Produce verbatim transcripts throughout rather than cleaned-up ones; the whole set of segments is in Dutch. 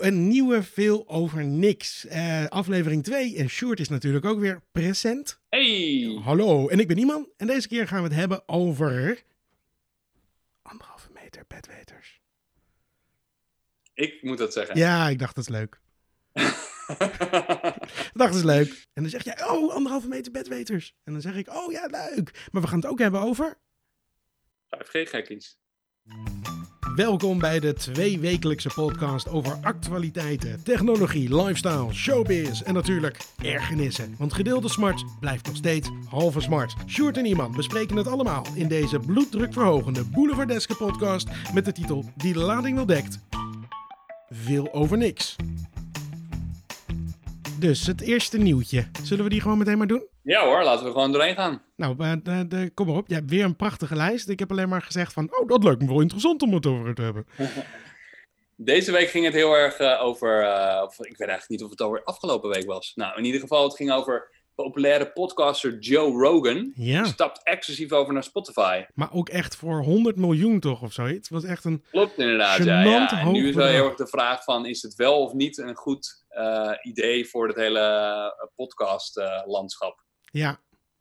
Een nieuwe Veel Over Niks. Uh, aflevering twee. En Sjoerd is natuurlijk ook weer present. Hey! Hallo, en ik ben Iman. En deze keer gaan we het hebben over... Anderhalve meter bedweters. Ik moet dat zeggen. Ja, ik dacht dat is leuk. Ik dacht dat is leuk. En dan zeg jij, oh, anderhalve meter bedweters. En dan zeg ik, oh ja, leuk. Maar we gaan het ook hebben over... vijf G-gekkies. Welkom bij de tweewekelijkse podcast over actualiteiten, technologie, lifestyle, showbiz en natuurlijk ergernissen. Want gedeelde smart blijft nog steeds halve smart. Sjoerd en Iman bespreken het allemaal in deze bloeddrukverhogende boulevardeske podcast met de titel Die de lading wel dekt. Veel over niks. Dus het eerste nieuwtje. Zullen we die gewoon meteen maar doen? Ja hoor, laten we gewoon doorheen gaan. Nou, uh, de, de, kom maar op. Je hebt weer een prachtige lijst. Ik heb alleen maar gezegd van, oh, dat lijkt me wel interessant om het over te hebben. Deze week ging het heel erg uh, over, uh, of, ik weet eigenlijk niet of het over afgelopen week was. Nou, in ieder geval, het ging over populaire podcaster Joe Rogan. Ja. Die stapt exclusief over naar Spotify. Maar ook echt voor honderd miljoen toch of zoiets? Het was echt een Klopt inderdaad, ja, ja. En nu is wel heel erg de vraag van, is het wel of niet een goed uh, idee voor het hele uh, podcastlandschap? Uh, Ja,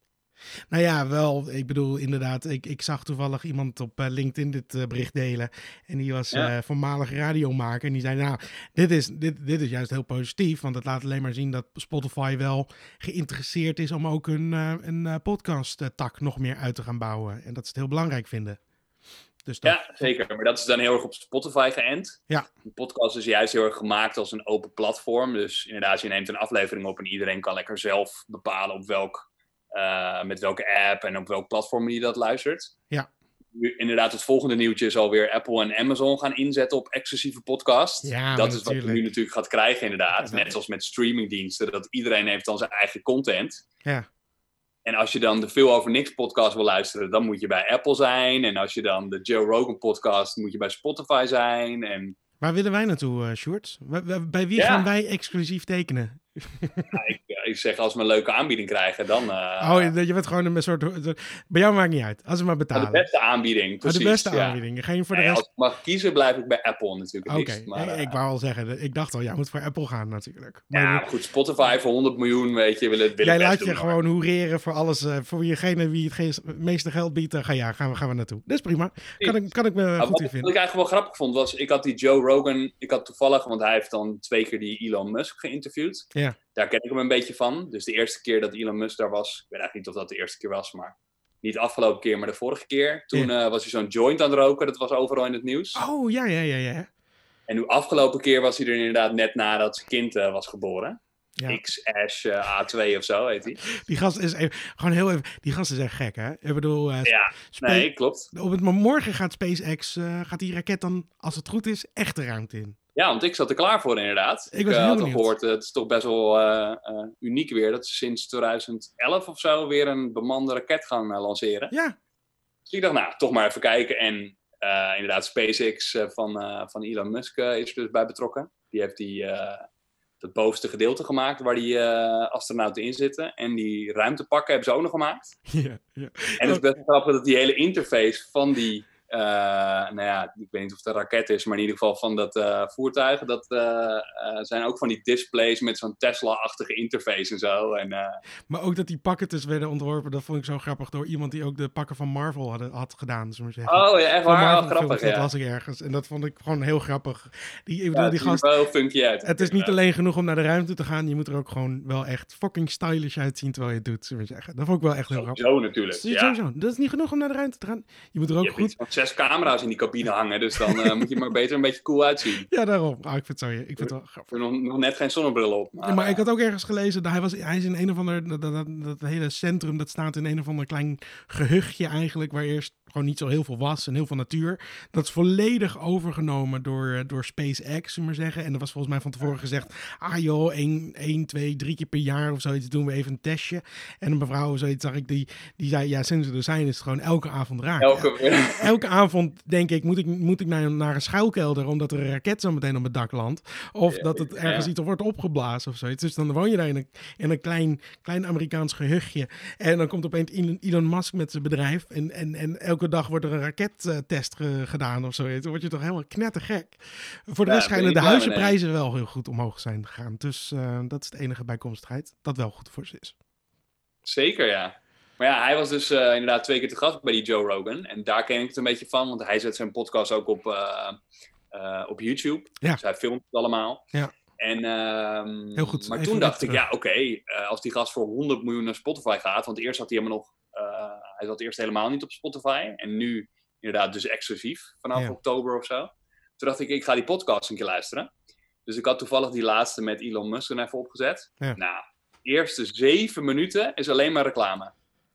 nou ja, wel, ik bedoel inderdaad, ik, ik zag toevallig iemand op uh, LinkedIn dit uh, bericht delen en die was ja. uh, voormalig radiomaker en die zei, nou, dit is, dit, dit is juist heel positief, want het laat alleen maar zien dat Spotify wel geïnteresseerd is om ook een, uh, een uh, podcast uh, tak nog meer uit te gaan bouwen en dat ze het heel belangrijk vinden. Dus dat... Ja, zeker. Maar dat is dan heel erg op Spotify geënt. Ja. Een podcast is juist heel erg gemaakt als een open platform. Dus inderdaad, je neemt een aflevering op en iedereen kan lekker zelf bepalen op welk, uh, met welke app en op welk platform je dat luistert. Ja. Nu, inderdaad, het volgende nieuwtje is alweer Apple en Amazon gaan inzetten op exclusieve podcast. Ja, dat is natuurlijk. wat je nu natuurlijk gaat krijgen inderdaad. Ja, Net zoals met streamingdiensten, dat iedereen heeft dan zijn eigen content. Ja. En als je dan de Veel Over Niks podcast wil luisteren, dan moet je bij Apple zijn. En als je dan de Joe Rogan podcast, moet je bij Spotify zijn. En... Waar willen wij naartoe, uh, Sjoerd? Bij wie ja. gaan wij exclusief tekenen? Ja, ik, ik zeg, als we een leuke aanbieding krijgen, dan... Uh... Oh, je bent gewoon een soort... Bij jou maakt niet uit, als we maar betalen. Oh, de beste aanbieding, precies. Oh, de beste ja. aanbieding. Ga je voor de nee, rest... Als ik mag kiezen, blijf ik bij Apple natuurlijk. Oké, okay. uh... ik wou al zeggen, ik dacht al, jij moet voor Apple gaan natuurlijk. Maar ja, maar goed, Spotify voor honderd miljoen, weet je, wil het wil Jij het laat doen, je hoor. Gewoon hoereren voor alles, uh, voor diegene wie het meeste geld biedt, uh, ga, ja, gaan, we, gaan we naartoe. Dat is prima, kan ik, kan ik me nou, goed wat, in vinden. Wat ik eigenlijk wel grappig vond, was, ik had die Joe Rogan, ik had toevallig, want hij heeft dan twee keer die Elon Musk geïnterviewd. Ja. Daar ken ik hem een beetje van. Dus de eerste keer dat Elon Musk daar was, ik weet eigenlijk niet of dat de eerste keer was, maar niet de afgelopen keer, maar de vorige keer. Toen ja. uh, was hij zo'n joint aan het roken, dat was overal in het nieuws. Oh, ja, ja, ja, ja. En de afgelopen keer was hij er inderdaad net nadat zijn kind uh, was geboren. Ja. X-Ash uh, A twee of zo heet hij. Die gast is even, gewoon heel even, die gast is echt gek, hè? Ik bedoel, uh, ja, Spa- nee, klopt. Op het, morgen gaat SpaceX, uh, gaat die raket dan, als het goed is, echt de ruimte in. Ja, want ik zat er klaar voor inderdaad. Ik, was ik uh, had al benieuwd. gehoord, uh, het is toch best wel uh, uh, uniek weer, dat ze sinds twintig elf of zo weer een bemande raket gaan uh, lanceren. Ja. Dus ik dacht, nou, toch maar even kijken. En uh, inderdaad, SpaceX uh, van, uh, van Elon Musk uh, is er dus bij betrokken. Die heeft die... Uh, het bovenste gedeelte gemaakt waar die uh, astronauten in zitten. En die ruimtepakken hebben ze ook nog gemaakt. Ja, ja. En het is best grappig dat die hele interface van die... Uh, nou ja, ik weet niet of het een raket is, maar in ieder geval van dat uh, voertuig. Dat uh, uh, zijn ook van die displays met zo'n Tesla-achtige interface en zo. En, uh... Maar ook dat die pakken dus werden ontworpen, dat vond ik zo grappig door iemand die ook de pakken van Marvel had, had gedaan. Zullen we zeggen. Oh ja, echt waar? Oh, grappig, films, ja. Dat las ik ergens. En dat vond ik gewoon heel grappig. Die, ik bedoel, ja, die gast, wel funky uit. Het is niet alleen genoeg om naar de ruimte te gaan, je moet er ook gewoon wel echt fucking stylish uitzien terwijl je het doet, zullen we zeggen. Dat vond ik wel echt heel zo, grappig. Zo natuurlijk, zo, ja. zo. Dat is niet genoeg om naar de ruimte te gaan. Je moet er ook je goed... hebt zes camera's in die cabine hangen, dus dan uh, moet je maar beter een beetje cool uitzien. Ja, daarom. Ah, ik vind het zo, ik vind het wel grappig. Nog, nog net geen zonnebril op. Maar, ja, maar ik had ook ergens gelezen, dat hij, was, hij is in een of ander, dat, dat, dat hele centrum, dat staat in een of ander klein gehuchtje eigenlijk, waar eerst gewoon niet zo heel veel was en heel veel natuur. Dat is volledig overgenomen door, door SpaceX, zullen we maar zeggen. En er was volgens mij van tevoren gezegd, ah joh, één, één, twee, drie keer per jaar of zoiets doen we even een testje. En een mevrouw, zoiets zag ik, die, die zei, ja, sinds we er zijn is het gewoon elke avond raak. Elke, ja. elke avond denk ik, moet ik, moet ik naar, naar een schuilkelder, omdat er een raket zo meteen op het dak landt. Of ja, dat het ergens ja. iets wordt opgeblazen of zoiets. Dus dan woon je daar in een, in een klein, klein Amerikaans gehuchtje. En dan komt opeens Elon Musk met zijn bedrijf. En, en, en elke elke dag wordt er een rakettest ge- gedaan of zo. Dan word je toch helemaal knettergek. Voor de rest Ja, schijnen de ben je klaar mee, huizenprijzen wel heel goed omhoog zijn gegaan. Dus uh, dat is de enige bijkomstigheid. Dat wel goed voor ze is. Zeker, ja. Maar ja, hij was dus uh, inderdaad twee keer te gast bij die Joe Rogan. En daar ken ik het een beetje van, want hij zet zijn podcast ook op, uh, uh, op YouTube. Ja. Dus hij filmt het allemaal. Ja. En, um, heel goed. Maar Even toen dacht ik, terug. ja, oké, okay, uh, als die gast voor honderd miljoen naar Spotify gaat, want eerst had hij helemaal nog, uh, hij zat eerst helemaal niet op Spotify. En nu inderdaad dus exclusief, vanaf Ja. oktober of zo. Toen dacht ik, ik ga die podcast een keer luisteren. Dus ik had toevallig die laatste met Elon Musk er even opgezet. Ja. Nou, de eerste zeven minuten is alleen maar reclame.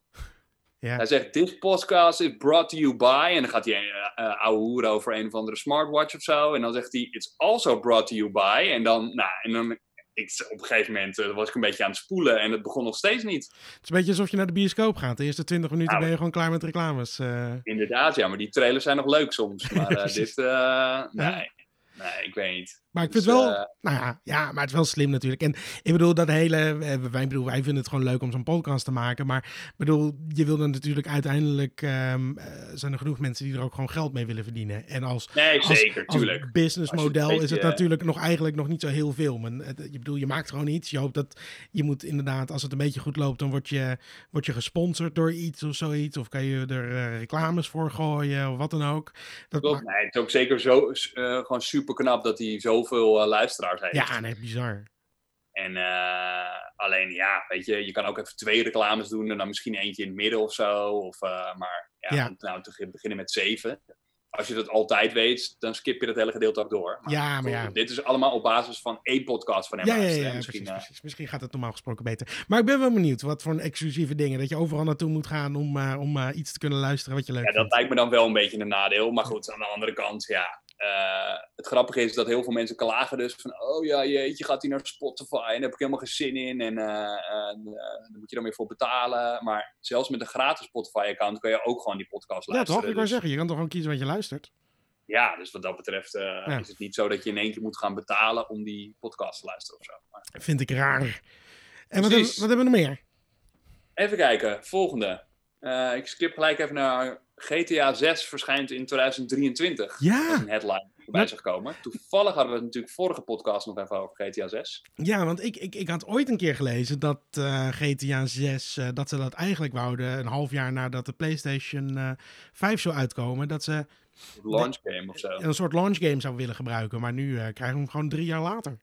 Ja. Hij zegt, this podcast is brought to you by... En dan gaat hij uh, uh, ouwe hoeren over een of andere smartwatch of zo. En dan zegt hij, it's also brought to you by... En dan, nou, en dan ik, op een gegeven moment uh, was ik een beetje aan het spoelen... En het begon nog steeds niet. Het is een beetje alsof je naar de bioscoop gaat. De eerste twintig minuten nou, ben je gewoon klaar met reclames. Uh... Inderdaad, ja. Maar die trailers zijn nog leuk soms. Maar uh, dit, uh, nee... Ja. Nee, ik weet niet. Maar ik dus, vind wel, uh, nou ja, ja, maar het is wel slim natuurlijk. En ik bedoel, dat hele, wij, bedoel, wij vinden het gewoon leuk om zo'n podcast te maken. Maar ik bedoel, je wil dan natuurlijk uiteindelijk, um, uh, zijn er genoeg mensen die er ook gewoon geld mee willen verdienen. En als, nee, als, zeker, als tuurlijk. businessmodel beetje, is het natuurlijk nog eigenlijk nog niet zo heel veel. Maar, uh, je bedoel, je maakt gewoon iets. Je hoopt dat, je moet inderdaad, als het een beetje goed loopt, dan word je, word je gesponsord door iets of zoiets. Of kan je er uh, reclames voor gooien of wat dan ook. Dat Klopt, maakt... nee, het is ook zeker zo, uh, gewoon super knap dat hij zoveel uh, luisteraars heeft. Ja, nee, bizar. En uh, alleen, ja, weet je, je kan ook even twee reclames doen en dan misschien eentje in het midden of zo. Of, uh, maar ja, ja. om nou te beginnen met zeven. Als je dat altijd weet, dan skip je dat hele gedeelte ook door. Maar ja, maar ja. Dit is allemaal op basis van één podcast van hem. Ja, ja, ja, ja, ja misschien, precies, uh... precies. Misschien gaat het normaal gesproken beter. Maar ik ben wel benieuwd wat voor exclusieve dingen. Dat je overal naartoe moet gaan om, uh, om uh, iets te kunnen luisteren wat je leuk ja, vindt. dat lijkt me dan wel een beetje een nadeel. Maar goed, aan de andere kant, ja. Uh, het grappige is dat heel veel mensen klagen dus van... Oh ja, jeetje, gaat hij naar Spotify? En daar heb ik helemaal geen zin in. En uh, uh, uh, daar moet je dan weer voor betalen. Maar zelfs met een gratis Spotify-account kan je ook gewoon die podcast luisteren. Ja, toch? Ik wou dus... zeggen, je kan toch gewoon kiezen wat je luistert? Ja, dus wat dat betreft uh, ja. is het niet zo dat je in één keer moet gaan betalen om die podcast te luisteren of zo. Maar... Vind ik raar. En wat, hebben, wat hebben we nog meer? Even kijken, volgende. Uh, ik skip gelijk even naar G T A zes verschijnt in tweeduizend drieëntwintig. Ja. Dat is een headline die voorbij zag komen. Toevallig hadden we het natuurlijk vorige podcast nog even over G T A zes. Ja, want ik, ik, ik had ooit een keer gelezen dat uh, G T A zes, uh, dat ze dat eigenlijk wouden een half jaar nadat de PlayStation uh, vijf zou uitkomen, dat ze een launch game of zo. Een soort launch game zou willen gebruiken, maar nu uh, krijgen we hem gewoon drie jaar later.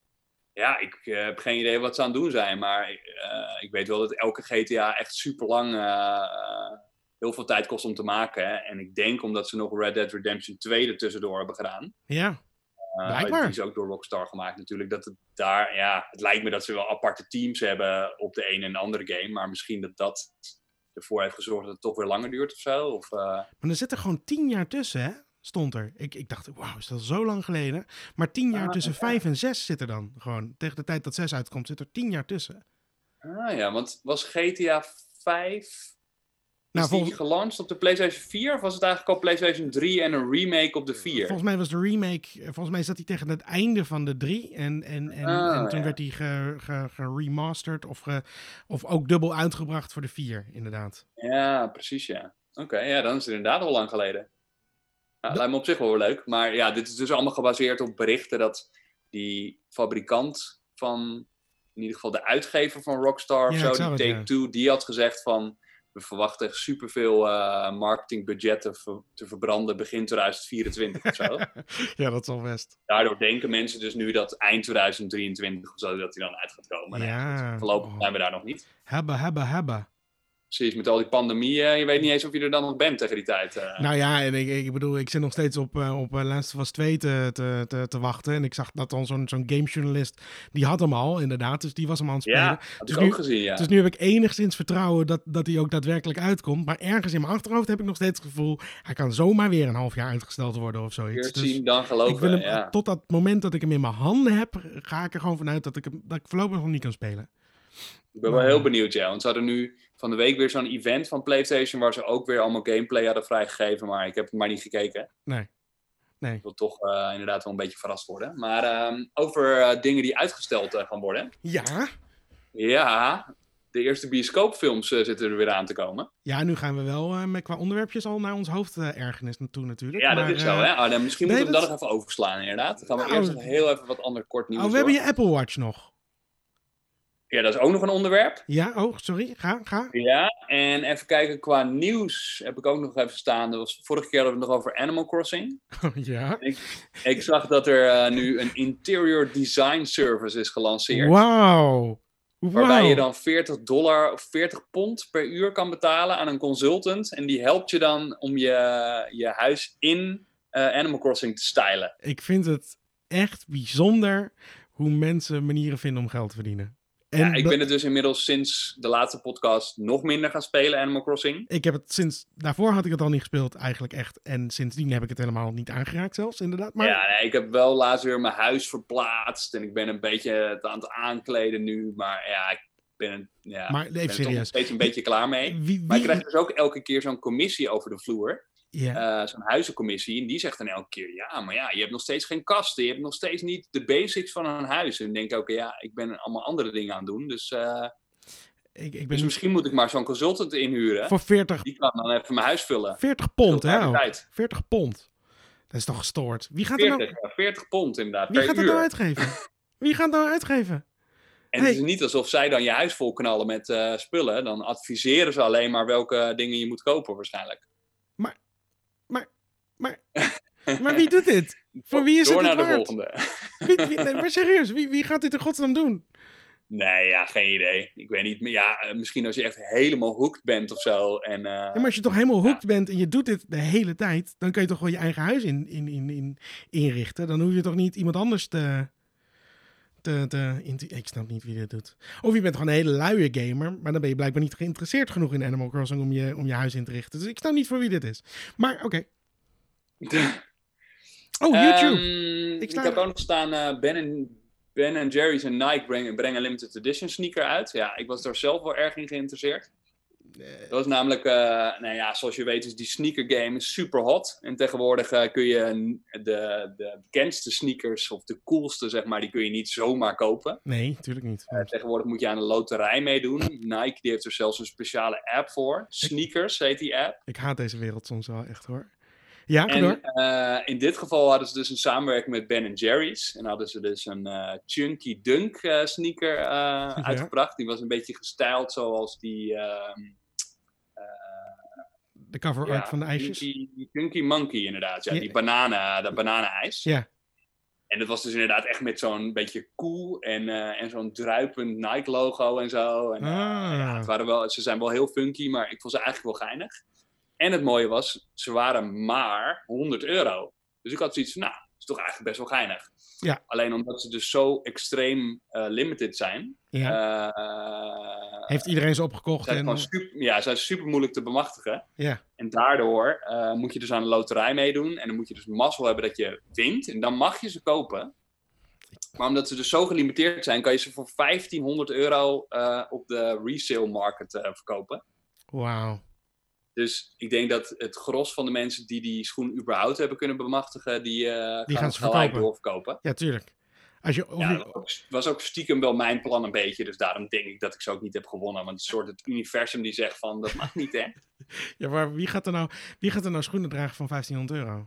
Ja, ik uh, heb geen idee wat ze aan het doen zijn, maar uh, ik weet wel dat elke G T A echt super lang uh, uh, heel veel tijd kost om te maken. Hè? En ik denk omdat ze nog Red Dead Redemption twee er tussendoor hebben gedaan. Ja, uh, blijkbaar. Die is ook door Rockstar gemaakt natuurlijk. Dat het daar, ja, het lijkt me dat ze wel aparte teams hebben op de een en de andere game, maar misschien dat dat ervoor heeft gezorgd dat het toch weer langer duurt of zo. Of, uh... Maar er zit er gewoon tien jaar tussen, hè? Stond er. Ik, ik dacht, wauw, is dat zo lang geleden? Maar tien jaar ah, tussen ja. vijf en zes zit er dan gewoon. Tegen de tijd dat zes uitkomt, zit er tien jaar tussen. Ah ja, want was G T A vijf... Nou, is die volgens... gelanceerd op de PlayStation vier? Of was het eigenlijk al PlayStation drie en een remake op de vier? Volgens mij was de remake... Volgens mij zat hij tegen het einde van de drie. En, en, en, ah, en toen ja. werd hij geremasterd. Ge, ge of, ge, of ook dubbel uitgebracht voor de vier, inderdaad. Ja, precies, ja. Oké, okay, ja, dan is het inderdaad al lang geleden. Nou, dat lijkt me op zich wel weer leuk. Maar ja, dit is dus allemaal gebaseerd op berichten dat die fabrikant van... in ieder geval de uitgever van Rockstar ja, of zo, die Take-Two, ja. die had gezegd van... we verwachten echt superveel uh, marketingbudgetten ver, te verbranden begin tweeduizend vierentwintig of zo. Ja, dat is al best. Daardoor denken mensen dus nu dat eind tweeduizend drieëntwintig of zo, dat hij dan uit gaat komen. Ja. Nee, voorlopig zijn we daar nog niet. Hebben, hebben, hebben. Precies, met al die pandemieën. Je weet niet eens of je er dan nog bent tegen die tijd. Uh. Nou ja, en ik, ik bedoel, ik zit nog steeds op, uh, op uh, Last of Us twee te, te, te, te wachten. En ik zag dat dan zo'n, zo'n gamejournalist, die had hem al inderdaad. Dus die was hem aan het spelen. Ja, had dus ik nu, ook gezien, ja. Dus nu heb ik enigszins vertrouwen dat, dat hij ook daadwerkelijk uitkomt. Maar ergens in mijn achterhoofd heb ik nog steeds het gevoel, hij kan zomaar weer een half jaar uitgesteld worden of zoiets. Dus zien, dan geloven. Ik wil hem, ja. Tot dat moment dat ik hem in mijn handen heb, ga ik er gewoon vanuit dat ik, hem, dat ik voorlopig nog niet kan spelen. Ik ben wel heel benieuwd, ja. Want ze hadden nu van de week weer zo'n event van PlayStation... waar ze ook weer allemaal gameplay hadden vrijgegeven. Maar ik heb het maar niet gekeken. Nee. nee. Ik wil toch uh, inderdaad wel een beetje verrast worden. Maar um, over uh, dingen die uitgesteld uh, gaan worden. Ja? Ja. de eerste bioscoopfilms uh, zitten er weer aan te komen. Ja, nu gaan we wel uh, met, qua onderwerpjes al naar ons hoofdergernis naartoe natuurlijk. Ja, maar, dat is zo, uh, hè? Oh, dan misschien nee, moeten we dat... dat nog even overslaan, inderdaad. Dan gaan we nou, eerst nog heel even wat ander kort nieuws Oh, we door. hebben je Apple Watch nog. Ja, dat is ook nog een onderwerp. Ja, oh, sorry. Ga, ga. Ja, en even kijken, qua nieuws heb ik ook nog even staan. Dat was, vorige keer hadden we het nog over Animal Crossing. Ja. Ik, ik zag dat er uh, nu een interior design service is gelanceerd. Wauw. Wow. Waarbij je dan veertig dollar of veertig pond per uur kan betalen aan een consultant. En die helpt je dan om je, je huis in uh, Animal Crossing te stylen. Ik vind het echt bijzonder hoe mensen manieren vinden om geld te verdienen. En ja, ik dat... ben het dus inmiddels sinds de laatste podcast nog minder gaan spelen, Animal Crossing. Ik heb het sinds... Daarvoor had ik het al niet gespeeld, eigenlijk echt. En sindsdien heb ik het helemaal niet aangeraakt zelfs, inderdaad. Maar... Ja, nee, ik heb wel laatst weer mijn huis verplaatst. En ik ben een beetje het aan het aankleden nu. Maar ja, ik ben, ja, maar, ben er serieus. nog steeds een beetje klaar mee. Wie, wie... Maar ik krijg dus ook elke keer zo'n commissie over de vloer. Ja. Uh, zo'n huizencommissie. En die zegt dan elke keer, ja, maar ja, je hebt nog steeds geen kasten. Je hebt nog steeds niet de basics van een huis. En dan denk ik ook, ja, ik ben allemaal andere dingen aan het doen. Dus, uh, ik, ik ben... dus misschien moet ik maar zo'n consultant inhuren. Voor veertig... Die kan dan even mijn huis vullen. veertig pond, hè? veertig pond. Dat is toch gestoord? Wie gaat veertig, er nou... ja, veertig pond inderdaad, Wie per gaat uur. het nou uitgeven? Wie gaat het nou uitgeven? En hey. het is niet alsof zij dan je huis vol knallen met uh, spullen. Dan adviseren ze alleen maar welke dingen je moet kopen waarschijnlijk. Maar, maar, maar, maar wie doet dit? Voor wie is Door het naar de waard? volgende. Wie, wie, nee, maar serieus, wie, wie gaat dit in godsnaam doen? Nee, ja, geen idee. Ik weet niet. Maar ja, misschien als je echt helemaal hooked bent of zo. En, uh, ja, maar als je toch helemaal hooked ja. bent en je doet dit de hele tijd, dan kun je toch wel je eigen huis in, in, in, in, inrichten. Dan hoef je toch niet iemand anders te... te, te in, ik snap niet wie dit doet. Of je bent gewoon een hele luie gamer, maar dan ben je blijkbaar niet geïnteresseerd genoeg in Animal Crossing om je, om je huis in te richten. Dus ik snap niet voor wie dit is. Maar oké. Okay. Oh, YouTube. Um, ik, ik heb ook nog staan uh, Ben en Ben en Jerry's en Nike brengen, brengen limited edition sneaker uit. Ja, ik was daar zelf wel erg in geïnteresseerd. Nee. Dat was namelijk, uh, nou ja, zoals je weet is die sneaker game is super hot. En tegenwoordig uh, kun je de, de bekendste sneakers of de coolste, zeg maar, die kun je niet zomaar kopen. Nee, natuurlijk niet. Uh, tegenwoordig moet je aan een loterij meedoen. Nike die heeft er zelfs een speciale app voor. Sneakers heet die app. Ik haat deze wereld soms wel echt hoor. Ja, en uh, in dit geval hadden ze dus een samenwerking met Ben en Jerry's. En hadden ze dus een uh, Chunky Dunk uh, sneaker uh, ja. uitgebracht. Die was een beetje gestyled zoals die... Uh, uh, de cover art ja, van de ijsjes? Die Chunky Monkey inderdaad. Ja, ja. Die bananen, dat bananenijs. Ja. En dat was dus inderdaad echt met zo'n beetje cool en, uh, en zo'n druipend Nike logo en zo. En, uh, ah. ja, het waren wel, ze zijn wel heel funky, maar ik vond ze eigenlijk wel geinig. En het mooie was, ze waren maar honderd euro. Dus ik had zoiets van, nou, dat is toch eigenlijk best wel geinig. Ja. Alleen omdat ze dus zo extreem uh, limited zijn. Ja. Uh, Heeft iedereen ze opgekocht? Zijn en... super, ja, zijn super moeilijk te bemachtigen. Ja. En daardoor uh, moet je dus aan een loterij meedoen. En dan moet je dus mazzel hebben dat je wint. En dan mag je ze kopen. Maar omdat ze dus zo gelimiteerd zijn, kan je ze voor vijftienhonderd euro uh, op de resale market uh, verkopen. Wauw. Dus ik denk dat het gros van de mensen die die schoen überhaupt hebben kunnen bemachtigen, die, uh, die gaan ze gelijk doorverkopen. Ja, tuurlijk. Als je, ja, dat was ook, was ook stiekem wel mijn plan een beetje. Dus daarom denk ik dat ik ze ook niet heb gewonnen. Want het is soort het universum die zegt van, dat mag niet, hè? Ja, maar wie gaat er nou, wie gaat er nou schoenen dragen van vijftienhonderd euro?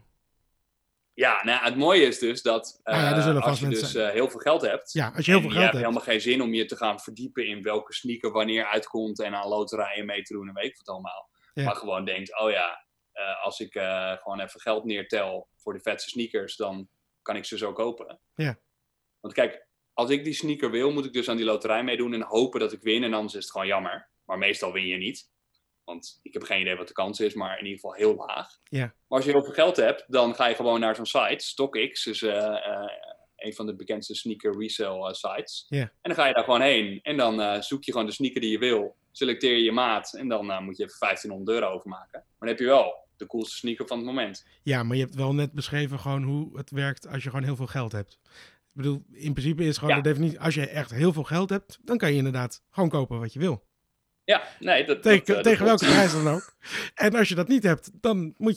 Ja, nou, het mooie is dus dat uh, ah, ja, als je dus uh, heel veel geld hebt... Ja, als je heel veel geld je hebt... hebt helemaal geen zin om je te gaan verdiepen in welke sneaker wanneer uitkomt en aan loterijen mee te doen en weet ik wat allemaal. Ja. Maar gewoon denkt, oh ja, uh, als ik uh, gewoon even geld neertel voor de vetste sneakers, dan kan ik ze zo kopen. Ja. Want kijk, als ik die sneaker wil, moet ik dus aan die loterij meedoen en hopen dat ik win. En anders is het gewoon jammer. Maar meestal win je niet. Want ik heb geen idee wat de kans is, maar in ieder geval heel laag. Ja. Maar als je heel veel geld hebt, dan ga je gewoon naar zo'n site. StockX is uh, uh, een van de bekendste sneaker resale uh, sites. Ja. En dan ga je daar gewoon heen. En dan uh, zoek je gewoon de sneaker die je wil. Selecteer je je maat. En dan uh, moet je even vijftienhonderd euro overmaken. Maar dan heb je wel de coolste sneaker van het moment. Ja, maar je hebt wel net beschreven gewoon hoe het werkt als je gewoon heel veel geld hebt. Ik bedoel, in principe is gewoon ja. de definitie, als je echt heel veel geld hebt, dan kan je inderdaad gewoon kopen wat je wil. Ja, nee. Dat, tegen dat, uh, tegen dat welke prijs dan ook. En als je dat niet hebt, dan moet je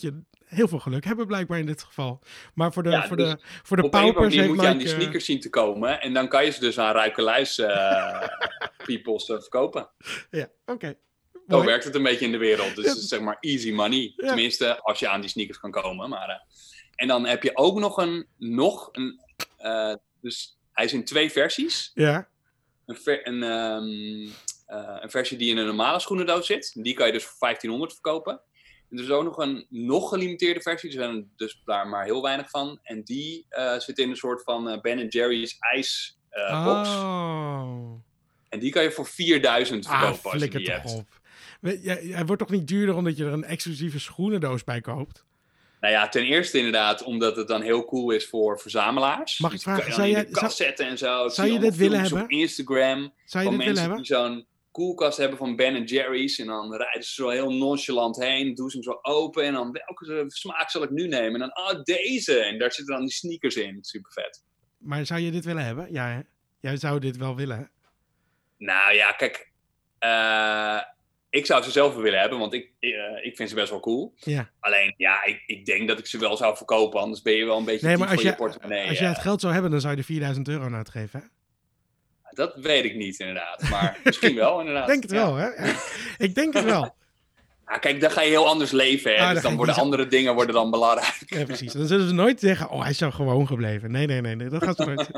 heel veel geluk hebben blijkbaar in dit geval. Maar voor de, Ja, voor dus de, voor de op een of andere paupers manier heeft moet je aan die Mike, sneakers zien te komen. En dan kan je ze dus aan ruikeluis uh, peoples uh, verkopen. Ja, oké. Okay. Zo werkt het een beetje in de wereld. Dus Ja. het is zeg maar easy money. Ja. Tenminste, als je aan die sneakers kan komen. Maar, uh, en dan heb je ook nog een... Nog een uh, dus hij is in twee versies. Ja. Een, ver, een, um, uh, een versie die in een normale schoenendoos zit. Die kan je dus voor vijftienhonderd verkopen. En er is ook nog een nog gelimiteerde versie. Er zijn dus daar maar heel weinig van. En die uh, zit in een soort van uh, Ben en Jerry's ijsbox. Uh, box. Oh. En die kan je voor vierduizend verkopen ah, als je die toch hebt. Op. Hij wordt toch niet duurder omdat je er een exclusieve schoenendoos bij koopt? Nou ja, ten eerste inderdaad omdat het dan heel cool is voor verzamelaars. Mag ik vragen, dus zou je je in de kast zou, zetten en zo. Zou je dit willen hebben? Op Instagram. Zou je van dit willen mensen hebben? die zo'n koelkast hebben van Ben en Jerry's. En dan rijden ze zo heel nonchalant heen. Doen ze hem zo open. En dan welke smaak zal ik nu nemen? En dan, oh deze. En daar zitten dan die sneakers in. Super vet. Maar zou je dit willen hebben? Ja, hè? Jij zou dit wel willen, hè? Nou ja, kijk. Uh, ik zou ze zelf wel willen hebben, want ik, uh, ik vind ze best wel cool. Ja. Alleen, ja, ik, ik denk dat ik ze wel zou verkopen. Anders ben je wel een beetje nee, maar als voor je, je portemonnee. Als je het geld zou hebben, dan zou je er vierduizend euro aan uitgeven, hè? Dat weet ik niet, inderdaad. Maar misschien wel, inderdaad. Ik denk het ja. wel, hè? Ja. Ik denk het wel. Ja, kijk, dan ga je heel anders leven, hè? Ah, dus dan dan worden zo... andere dingen worden dan belangrijk. Ja, precies. Dan zullen ze nooit zeggen, oh, hij is zo gewoon gebleven. Nee, nee, nee, nee. Dat gaat ze nooit.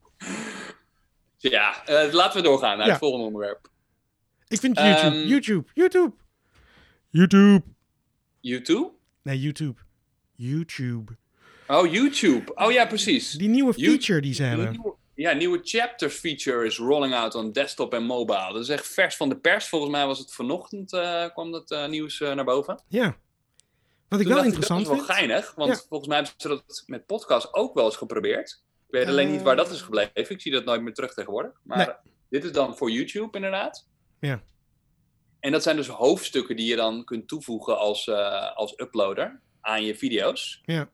Ja, uh, laten we doorgaan naar ja. het volgende onderwerp. Ik vind YouTube, um, YouTube, YouTube. YouTube. YouTube? Nee, YouTube. YouTube. Oh, YouTube. Oh ja, precies. Die nieuwe feature YouTube, die ze hebben. Nieuwe, ja, nieuwe chapters feature is rolling out on desktop en mobile. Dat is echt vers van de pers. Volgens mij was het vanochtend, uh, kwam dat uh, nieuws uh, naar boven. Ja. Wat ik Toen wel dacht interessant ik, dat is wel vind. geinig, want ja. volgens mij hebben ze dat met podcast ook wel eens geprobeerd. Ik weet alleen uh, niet waar dat is gebleven. Ik zie dat nooit meer terug tegenwoordig. Maar nee. Dit is dan voor YouTube inderdaad. Ja. En dat zijn dus hoofdstukken die je dan kunt toevoegen als, uh, als uploader aan je video's. Ja.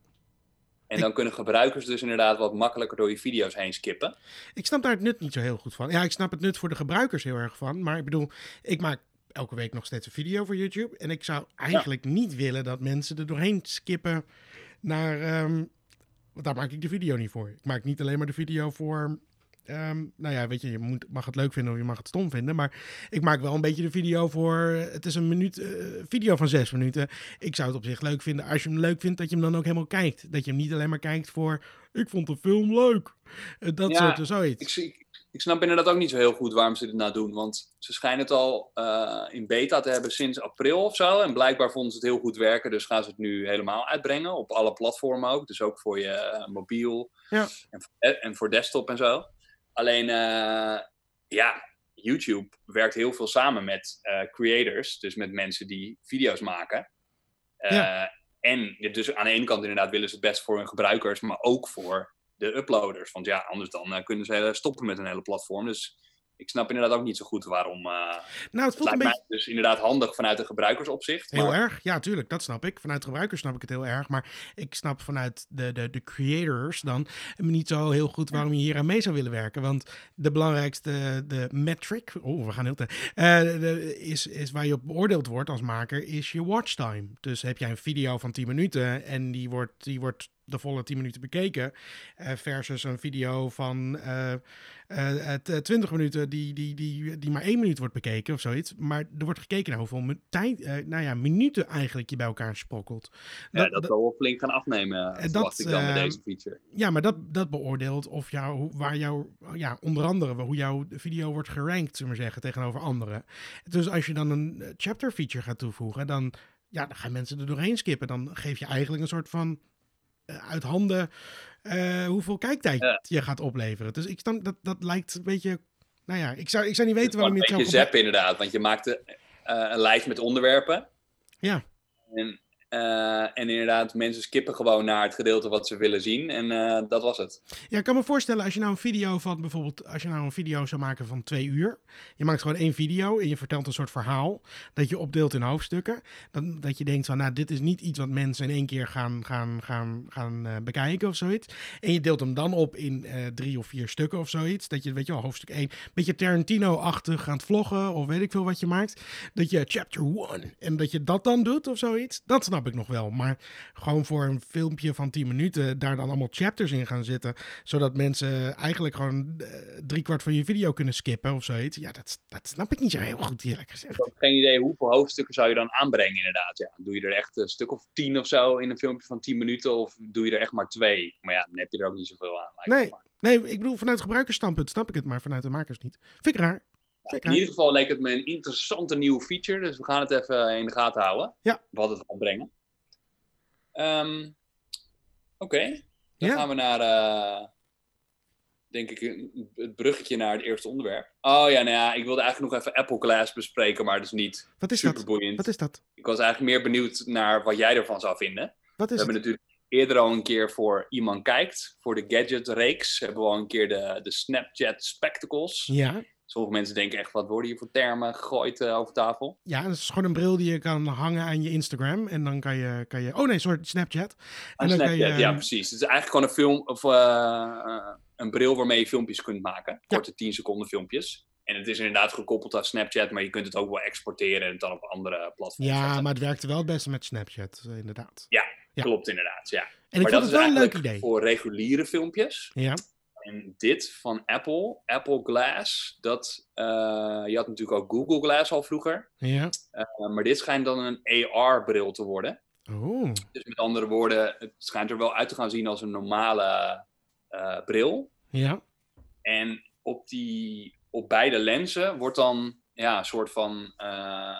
En dan ik... kunnen gebruikers dus inderdaad wat makkelijker door je video's heen skippen. Ik snap daar het nut niet zo heel goed van. Ja, ik snap het nut voor de gebruikers heel erg van. Maar ik bedoel, ik maak elke week nog steeds een video voor YouTube. En ik zou eigenlijk ja. niet willen dat mensen er doorheen skippen naar... Um, want daar maak ik de video niet voor. Ik maak niet alleen maar de video voor... Um, nou ja, weet je, je moet, mag het leuk vinden of je mag het stom vinden. Maar ik maak wel een beetje de video voor... Het is een minuut, uh, video van zes minuten. Ik zou het op zich leuk vinden als je hem leuk vindt... dat je hem dan ook helemaal kijkt. Dat je hem niet alleen maar kijkt voor... Ik vond de film leuk. Uh, dat ja, soort, uh, zoiets. Ik, ik, ik snap inderdaad ook niet zo heel goed waarom ze dit nou doen. Want ze schijnen het al uh, in beta te hebben sinds april of zo. En blijkbaar vonden ze het heel goed werken. Dus gaan ze het nu helemaal uitbrengen. Op alle platformen ook. Dus ook voor je uh, mobiel. Ja. En, voor, en voor desktop en zo. Alleen, uh, ja, YouTube werkt heel veel samen met uh, creators. Dus met mensen die video's maken. Uh, ja. En dus aan de ene kant inderdaad willen ze het best voor hun gebruikers. Maar ook voor de uploaders. Want ja, anders dan uh, kunnen ze stoppen met een hele platform. Dus ik snap inderdaad ook niet zo goed waarom. Uh, nou, het voelt het een lijkt beetje... mij dus inderdaad handig vanuit de gebruikersopzicht. Heel maar... erg, ja, tuurlijk, dat snap ik. Vanuit de gebruikers snap ik het heel erg. Maar ik snap vanuit de, de, de creators dan niet zo heel goed waarom je hier aan mee zou willen werken. Want de belangrijkste de metric, oh, we gaan heel te, uh, de, is, is waar je op beoordeeld wordt als maker, is je watchtime. Dus heb jij een video van tien minuten en die wordt, die wordt de volle tien minuten bekeken, uh, versus een video van uh, uh, twintig minuten die, die, die, die maar één minuut wordt bekeken of zoiets. Maar er wordt gekeken naar hoeveel me- tijd, uh, nou ja, minuten eigenlijk je bij elkaar sprokkelt. Ja, dat, dat zal wel flink gaan afnemen, uh, verwacht ik dan uh, met deze feature. Ja, maar dat, dat beoordeelt of jou, waar jou, ja, onder andere hoe jouw video wordt gerankt, zullen we zeggen, tegenover anderen. Dus als je dan een chapter feature gaat toevoegen, dan, ja, dan gaan mensen er doorheen skippen. Dan geef je eigenlijk een soort van Uh, uit handen uh, hoeveel kijktijd ja. je gaat opleveren. Dus ik snap, dat, dat lijkt een beetje... Nou ja, ik zou, ik zou niet weten waarom je het zo... Het is een beetje zappen inderdaad, want je maakte uh, een lijst met onderwerpen. Ja. En, uh, en inderdaad, mensen skippen gewoon naar het gedeelte wat ze willen zien. En uh, dat was het. Ja, ik kan me voorstellen, als je nou een video van bijvoorbeeld... Als je nou een video zou maken van twee uur... Je maakt gewoon één video en je vertelt een soort verhaal... Dat je opdeelt in hoofdstukken. Dan, dat je denkt van, nou, dit is niet iets wat mensen in één keer gaan, gaan, gaan, gaan uh, bekijken of zoiets. En je deelt hem dan op in uh, drie of vier stukken of zoiets. Dat je, weet je wel, hoofdstuk één... Beetje Tarantino-achtig aan het vloggen of weet ik veel wat je maakt. Dat je chapter one en dat je dat dan doet of zoiets. Dat snap snap ik nog wel. Maar gewoon voor een filmpje van tien minuten daar dan allemaal chapters in gaan zitten, zodat mensen eigenlijk gewoon uh, driekwart van je video kunnen skippen of zoiets. Ja, dat, dat snap ik niet zo heel goed, eerlijk gezegd. Ik heb geen idee hoeveel hoofdstukken zou je dan aanbrengen, inderdaad. Ja. Doe je er echt een stuk of tien of zo in een filmpje van tien minuten, of doe je er echt maar twee? Maar ja, dan heb je er ook niet zoveel aan. Nee, nee, ik bedoel, vanuit gebruikersstandpunt snap ik het, maar vanuit de makers niet. Vind ik raar. Ja, in ieder geval leek het me een interessante nieuwe feature, dus we gaan het even in de gaten houden. Ja. Wat het gaat brengen. Um, Oké, okay. dan ja. gaan we naar, uh, denk ik, het bruggetje naar het eerste onderwerp. Oh ja, nou ja, ik wilde eigenlijk nog even Apple Glass bespreken, maar dat is niet wat is super dat? boeiend. Wat is dat? Ik was eigenlijk meer benieuwd naar wat jij ervan zou vinden. Wat is we hebben het? natuurlijk eerder al een keer voor Iemand Kijkt, voor de Gadget-reeks, hebben we al een keer de, de Snapchat Spectacles. Ja. Sommige mensen denken echt, wat worden hier voor termen gegooid uh, over tafel? Ja, dat is gewoon een bril die je kan hangen aan je Instagram. En dan kan je... Kan je oh nee, sorry, Snapchat. En dan Snapchat, kan je, ja precies. Het is eigenlijk gewoon een, film, of, uh, een bril waarmee je filmpjes kunt maken. Korte ja. tien seconden filmpjes. En het is inderdaad gekoppeld aan Snapchat, maar je kunt het ook wel exporteren en het dan op andere platforms Ja, zetten. maar het werkte wel het beste met Snapchat, inderdaad. Ja, ja. klopt inderdaad, ja. En ik maar vond dat het is wel een leuk eigenlijk idee. voor reguliere filmpjes. Ja. En dit van Apple, Apple Glass, dat, uh, je had natuurlijk ook Google Glass al vroeger. Ja. Uh, maar dit schijnt dan een A R-bril te worden. Oh. Dus met andere woorden, het schijnt er wel uit te gaan zien als een normale uh, bril. Ja. En op, die, op beide lenzen wordt dan ja, een soort van... Uh,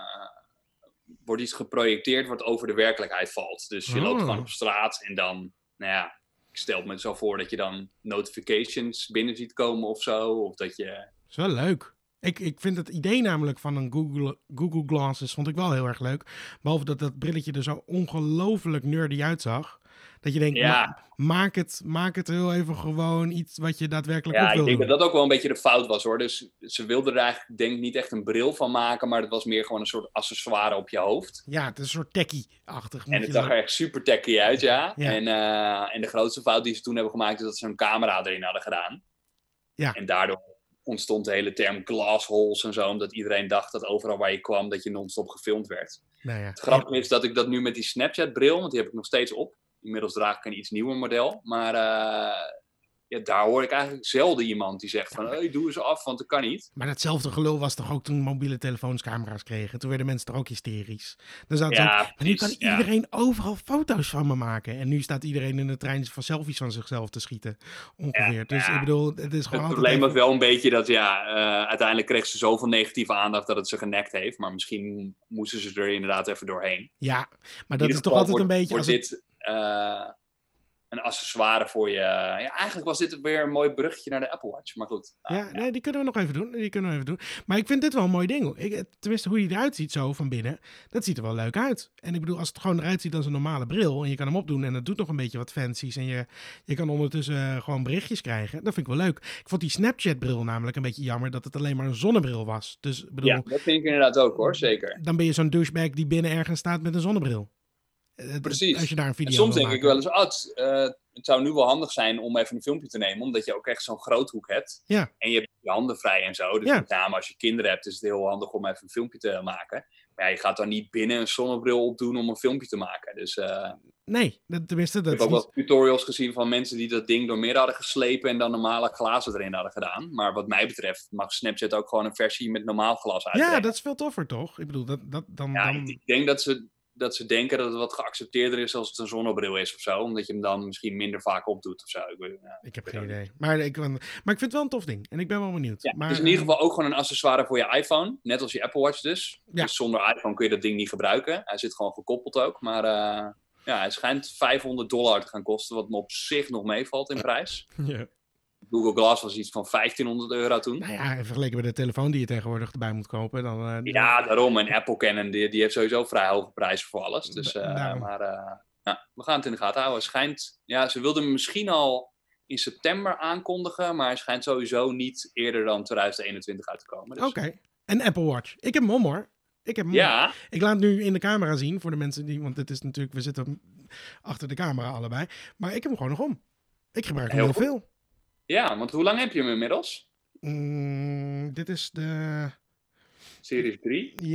wordt iets geprojecteerd wat over de werkelijkheid valt. Dus je oh. loopt gewoon op straat en dan, nou ja... Ik stel me zo voor dat je dan notifications binnen ziet komen of zo. Of dat je... Dat is wel leuk. Ik, ik vind het idee namelijk van een Google, Google Glasses vond ik wel heel erg leuk. Behalve dat dat brilletje er zo ongelooflijk nerdy uitzag. Dat je denkt, ja. ma- maak, het, maak het heel even gewoon iets wat je daadwerkelijk ja, op wil ik denk doen. dat dat ook wel een beetje de fout was hoor. Dus ze wilden er eigenlijk denk ik niet echt een bril van maken. Maar het was meer gewoon een soort accessoire op je hoofd. Ja, het is een soort techie-achtig. En het zag er echt super techie uit, ja. ja. En, uh, en de grootste fout die ze toen hebben gemaakt is dat ze een camera erin hadden gedaan. Ja. En daardoor ontstond de hele term glass holes en zo. Omdat iedereen dacht dat overal waar je kwam dat je non-stop gefilmd werd. Nou ja. Het grappige is dat ik dat nu met die Snapchat bril, want die heb ik nog steeds op. Inmiddels draag ik een iets nieuwer model. Maar uh, ja, daar hoor ik eigenlijk zelden iemand die zegt van... Hey, doe eens af, want dat kan niet. Maar datzelfde gelul was toch ook toen mobiele telefoons camera's kregen. Toen werden mensen toch ook hysterisch. Dan zat ja, ook, maar nu kan ja. iedereen overal foto's van me maken. En nu staat iedereen in de trein van selfies van zichzelf te schieten. Ongeveer. Ja, dus ja. ik bedoel, het is gewoon Het altijd probleem even... was wel een beetje dat ja, uh, uiteindelijk kreeg ze zoveel negatieve aandacht dat het ze genekt heeft. Maar misschien moesten ze er inderdaad even doorheen. Ja, maar dat is toch altijd wordt, een beetje... Wordt als dit... Uh, een accessoire voor je... Ja, eigenlijk was dit weer een mooi bruggetje naar de Apple Watch. Maar goed. Nou, ja, ja, nee, die kunnen we nog even doen. Die kunnen we even doen. Maar ik vind dit wel een mooi ding. Ik, tenminste, hoe hij eruit ziet zo van binnen. Dat ziet er wel leuk uit. En ik bedoel, als het gewoon eruit ziet als een normale bril. En je kan hem opdoen en het doet nog een beetje wat fancies. En je, je kan ondertussen uh, gewoon berichtjes krijgen. Dat vind ik wel leuk. Ik vond die Snapchat bril namelijk een beetje jammer dat het alleen maar een zonnebril was. Dus ik bedoel... Ja, dat vind ik inderdaad ook hoor, zeker. Dan ben je zo'n douchebag die binnen ergens staat met een zonnebril. Precies. Als je daar een video en soms denk maken. ik wel eens, oh, het, uh, het zou nu wel handig zijn om even een filmpje te nemen, omdat je ook echt zo'n groothoek hebt. Ja. En je hebt je handen vrij en zo. Dus ja. met name als je kinderen hebt, is het heel handig om even een filmpje te maken. Maar ja, je gaat dan niet binnen een zonnebril opdoen om een filmpje te maken. Dus, uh, nee, dat, tenminste... Dat ik heb ook niet... wel tutorials gezien van mensen die dat ding door midden hadden geslepen en dan normale glazen erin hadden gedaan. Maar wat mij betreft mag Snapchat ook gewoon een versie met normaal glas uitbrengen. Ja, dat is veel toffer toch? Ik bedoel, dat, dat, dan... Ja, dan... ik denk dat ze... dat ze denken dat het wat geaccepteerder is als het een zonnebril is of zo. Omdat je hem dan misschien minder vaak opdoet of zo. Ik, weet, ja, ik heb geen idee. Maar ik, maar ik vind het wel een tof ding. En ik ben wel benieuwd. Ja, maar, het is in ieder geval ook gewoon een accessoire voor je iPhone. Net als je Apple Watch dus. Ja. Dus zonder iPhone kun je dat ding niet gebruiken. Hij zit gewoon gekoppeld ook. Maar uh, ja, hij schijnt vijfhonderd dollar te gaan kosten. Wat me op zich nog meevalt in prijs. Ja. Google Glass was iets van vijftienhonderd euro toen. Nou ja, vergeleken met de telefoon die je tegenwoordig erbij moet kopen. Dan, uh, ja, daarom. En Apple Canon, die, die heeft sowieso vrij hoge prijzen voor alles. Dus, uh, daarom. maar uh, nou, we gaan het in de gaten houden. Schijnt, ja, ze wilden hem misschien al in september aankondigen. Maar hij schijnt sowieso niet eerder dan twintig eenentwintig uit te komen. Dus. Oké. Okay. En Apple Watch. Ik heb hem om hoor. Ik heb hem ja. om. Ik laat nu in de camera zien voor de mensen die... Want het is natuurlijk... We zitten achter de camera allebei. Maar ik heb hem gewoon nog om. Ik gebruik hem heel, heel veel. Ja, want hoe lang heb je hem inmiddels? Mm, dit is de... Series drie? Ja.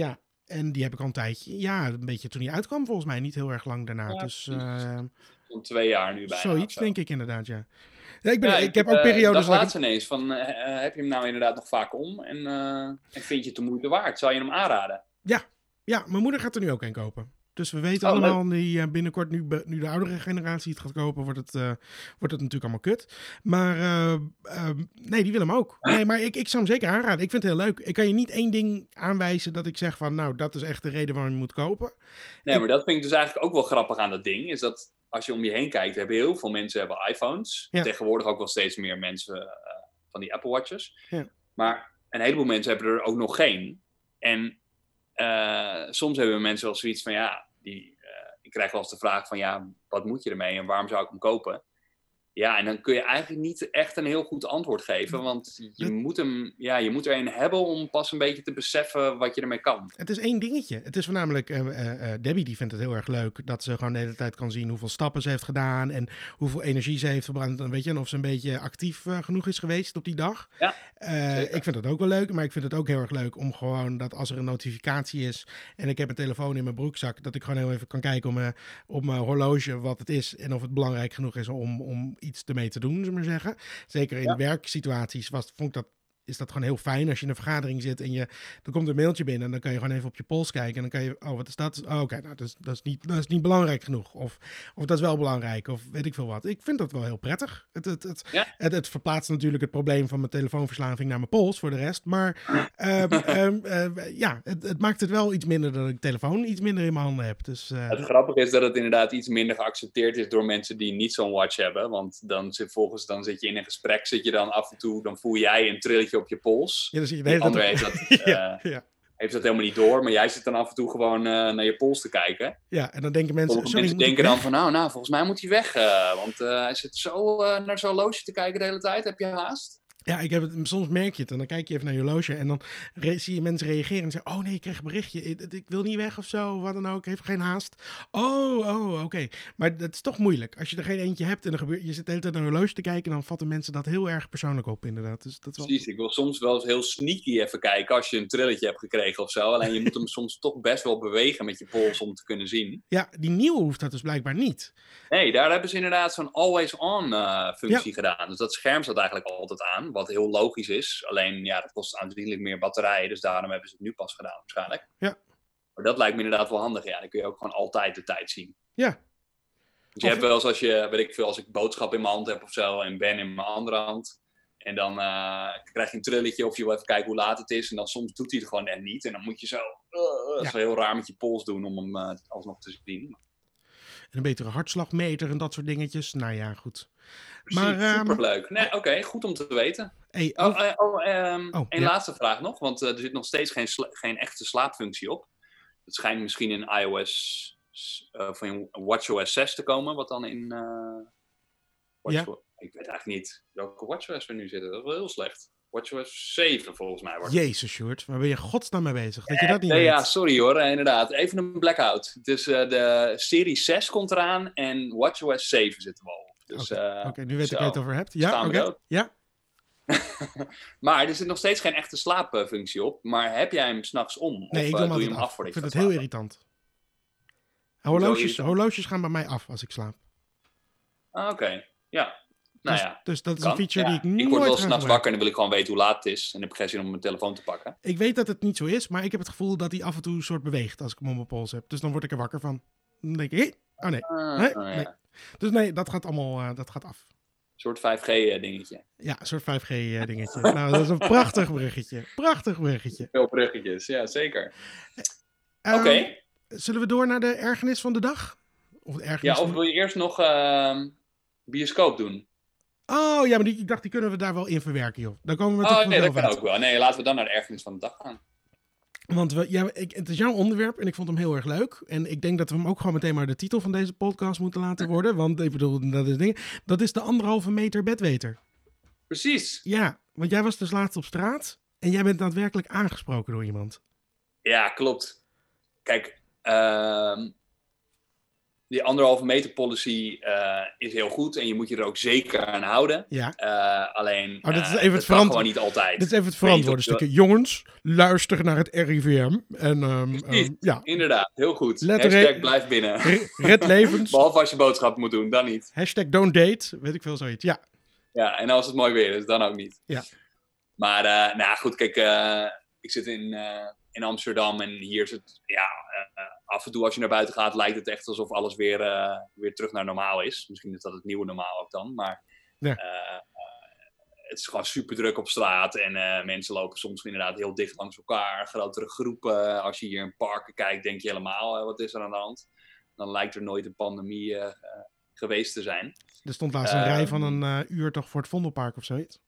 En die heb ik al een tijdje, ja, een beetje toen die uitkwam volgens mij, niet heel erg lang daarna. Ja, dus uh, om twee jaar nu bijna. Zoiets zo. denk ik inderdaad, ja. Ja, ik, ben, ja, ik, ik heb ook uh, periodes... Ik dacht laatst ik... ineens van, uh, heb je hem nou inderdaad nog vaak om? En, uh, en vind je het de moeite waard? Zou je hem aanraden? Ja, ja, mijn moeder gaat er nu ook een kopen. Dus we weten oh, allemaal, die, uh, binnenkort, nu, nu de oudere generatie het gaat kopen, wordt het, uh, wordt het natuurlijk allemaal kut. Maar uh, uh, nee, die wil hem ook. Nee, maar ik, ik zou hem zeker aanraden. Ik vind het heel leuk. Ik kan je niet één ding aanwijzen dat ik zeg van, nou, dat is echt de reden waarom je moet kopen. Nee, ik... maar dat vind ik dus eigenlijk ook wel grappig aan dat ding. Is dat als je om je heen kijkt, hebben heel veel mensen hebben iPhones. Ja. Tegenwoordig ook wel steeds meer mensen uh, van die Apple Watches. Ja. Maar een heleboel mensen hebben er ook nog geen. En uh, soms hebben mensen wel zoiets van, ja, die, uh, ik krijg wel eens de vraag van, ja, wat moet je ermee en waarom zou ik hem kopen? Ja, en dan kun je eigenlijk niet echt een heel goed antwoord geven, want je moet hem, ja, je moet er een hebben om pas een beetje te beseffen wat je ermee kan. Het is één dingetje. Het is voornamelijk, uh, uh, Debbie die vindt het heel erg leuk dat ze gewoon de hele tijd kan zien hoeveel stappen ze heeft gedaan en hoeveel energie ze heeft verbrand, weet je, en of ze een beetje actief uh, genoeg is geweest op die dag. Ja, uh, ik vind het ook wel leuk, maar ik vind het ook heel erg leuk om gewoon dat als er een notificatie is en ik heb een telefoon in mijn broekzak, dat ik gewoon heel even kan kijken op mijn, op mijn horloge wat het is en of het belangrijk genoeg is om, om iets ermee te doen, zullen we maar zeggen. Zeker in ja. werksituaties was, vond ik dat, is dat gewoon heel fijn als je in een vergadering zit en je, er komt een mailtje binnen en dan kan je gewoon even op je pols kijken en dan kan je, oh, wat is dat? Oh, oké, okay, nou, dat is, dat, is niet, dat is niet belangrijk genoeg. Of, of dat is wel belangrijk, of weet ik veel wat. Ik vind dat wel heel prettig. Het, het, het, ja. het, het verplaatst natuurlijk het probleem van mijn telefoonverslaving naar mijn pols voor de rest, maar um, um, uh, ja, het, het maakt het wel iets minder dat ik telefoon iets minder in mijn handen heb. Dus, uh, het grappige is dat het inderdaad iets minder geaccepteerd is door mensen die niet zo'n watch hebben, want dan zit, volgens, dan zit je in een gesprek, zit je dan af en toe, dan voel jij een trilletje op je pols. Ja, dus je de ander heeft dat, uh, ja, ja. heeft dat helemaal niet door, maar jij zit dan af en toe gewoon uh, naar je pols te kijken. Ja, en dan denken mensen... Sommige mensen denken dan van, nou, nou, volgens mij moet hij weg, uh, want uh, hij zit zo uh, naar zo'n horloge te kijken de hele tijd. Heb je haast? Ja, ik heb het, soms merk je het en dan kijk je even naar je horloge en dan re- zie je mensen reageren en zeggen, oh nee, ik kreeg een berichtje, ik, ik wil niet weg of zo, wat dan ook, ik heb geen haast. Oh, oh, oké. Okay. Maar dat is toch moeilijk. Als je er geen eentje hebt en er gebeurt, je zit de hele tijd naar een horloge te kijken, dan vatten mensen dat heel erg persoonlijk op, inderdaad. Dus dat wel... Precies, ik wil soms wel eens heel sneaky even kijken als je een trilletje hebt gekregen of zo. Alleen je moet hem soms toch best wel bewegen met je pols om te kunnen zien. Ja, die nieuwe hoeft dat dus blijkbaar niet. Nee, daar hebben ze inderdaad zo'n always-on uh, functie ja. gedaan. Dus dat scherm staat eigenlijk altijd aan, wat heel logisch is. Alleen, ja, dat kost aanzienlijk meer batterijen, dus daarom hebben ze het nu pas gedaan waarschijnlijk. Ja. Maar dat lijkt me inderdaad wel handig, ja. Dan kun je ook gewoon altijd de tijd zien. Ja. Dus je of... hebt wel eens als je, weet ik veel, als ik boodschap in mijn hand heb of zo en Ben in mijn andere hand. En dan uh, krijg je een trilletje of je wil even kijken hoe laat het is. En dan soms doet hij het gewoon net niet. En dan moet je zo, uh, dat is wel heel raar met je pols doen om hem uh, alsnog te zien. En een betere hartslagmeter en dat soort dingetjes. Nou ja, goed. Precies, maar, superleuk. Um... Nee, Oké, okay, goed om te weten. Hey, oh, oh, oh, um, oh, een ja. laatste vraag nog, want uh, er zit nog steeds geen, sla- geen echte slaapfunctie op. Het schijnt misschien in iOS uh, van WatchOS zes te komen, wat dan in uh, Watch... ja. Ik weet eigenlijk niet welke WatchOS we nu zitten. Dat is wel heel slecht. WatchOS zeven volgens mij. Wordt. Jezus, Sjoerd, waar ben je godsnaam mee bezig? Dat je dat niet nee, weet. Ja, sorry hoor, inderdaad. Even een blackout. Dus uh, de serie zes komt eraan en WatchOS zeven zitten we al. Dus, Oké, okay. uh, okay, nu weet zo. ik waar je het over hebt. Ja, oké. Okay. Ja. Maar er zit nog steeds geen echte slaapfunctie op. Maar heb jij hem 's nachts om? Nee, of ik doe, uh, doe je hem af. af voor ik vind het heel irritant. Horloges, irritant. horloges gaan bij mij af als ik slaap. Ah, oké. Okay. Ja. Nou dus, ja, dus dat is kan. een feature ja. die ik nooit Ik word wel 's nachts wakker en dan wil ik gewoon weten hoe laat het is. En dan heb ik geen zin om mijn telefoon te pakken. Ik weet dat het niet zo is, maar ik heb het gevoel dat hij af en toe een soort beweegt als ik hem op mijn pols heb. Dus dan word ik er wakker van. Dan denk ik, hé, oh nee. Uh, nee, uh, nee. Ja. Dus nee, dat gaat allemaal uh, dat gaat af. Een soort vijf G dingetje. Ja, een soort vijf G dingetje. Nou, dat is een prachtig bruggetje. Prachtig bruggetje. Veel bruggetjes, ja, zeker. Um, Oké. Okay. Zullen we door naar de ergernis van de dag? Of de ergernis ja, of van... wil je eerst nog uh, bioscoop doen? Oh ja, maar die, ik dacht, die kunnen we daar wel in verwerken, joh. Dan komen we toch oh, nee, dat kan uit. ook wel. Nee, laten we dan naar de ergernis van de dag gaan. Want we, ja, ik, het is jouw onderwerp en ik vond hem heel erg leuk. En ik denk dat we hem ook gewoon meteen maar de titel van deze podcast moeten laten worden. Want ik bedoel, dat is, ding, dat is de anderhalve meter bedweter. Precies. Ja, want jij was dus laatst op straat en jij bent daadwerkelijk aangesproken door iemand. Ja, klopt. Kijk, uh, die anderhalve meter policy uh, is heel goed en je moet je er ook zeker aan houden. Ja. Uh, alleen, oh, dat is uh, even dat het verantwo- gewoon niet altijd. Dit is even het verantwoorde stukje. Jongens, luister naar het R I V M. En, um, Precies, um, ja. inderdaad. Heel goed. Letter Hashtag re- blijf binnen. Re- red levens. Behalve als je boodschap moet doen, dan niet. Hashtag don't date. Weet ik veel, zoiets. Ja. Ja, en als het mooi weer is, dan ook niet. Ja. Maar, uh, nou goed, kijk, uh, ik zit in, uh, in Amsterdam en hier is het, ja, uh, af en toe als je naar buiten gaat, lijkt het echt alsof alles weer, uh, weer terug naar normaal is. Misschien is dat het nieuwe normaal ook dan, maar ja. uh, uh, het is gewoon super druk op straat en uh, mensen lopen soms inderdaad heel dicht langs elkaar, grotere groepen. Als je hier in parken kijkt, denk je helemaal, uh, wat is er aan de hand? Dan lijkt er nooit een pandemie uh, uh, geweest te zijn. Er stond laatst een um, rij van een uh, uur toch voor het Vondelpark of zoiets?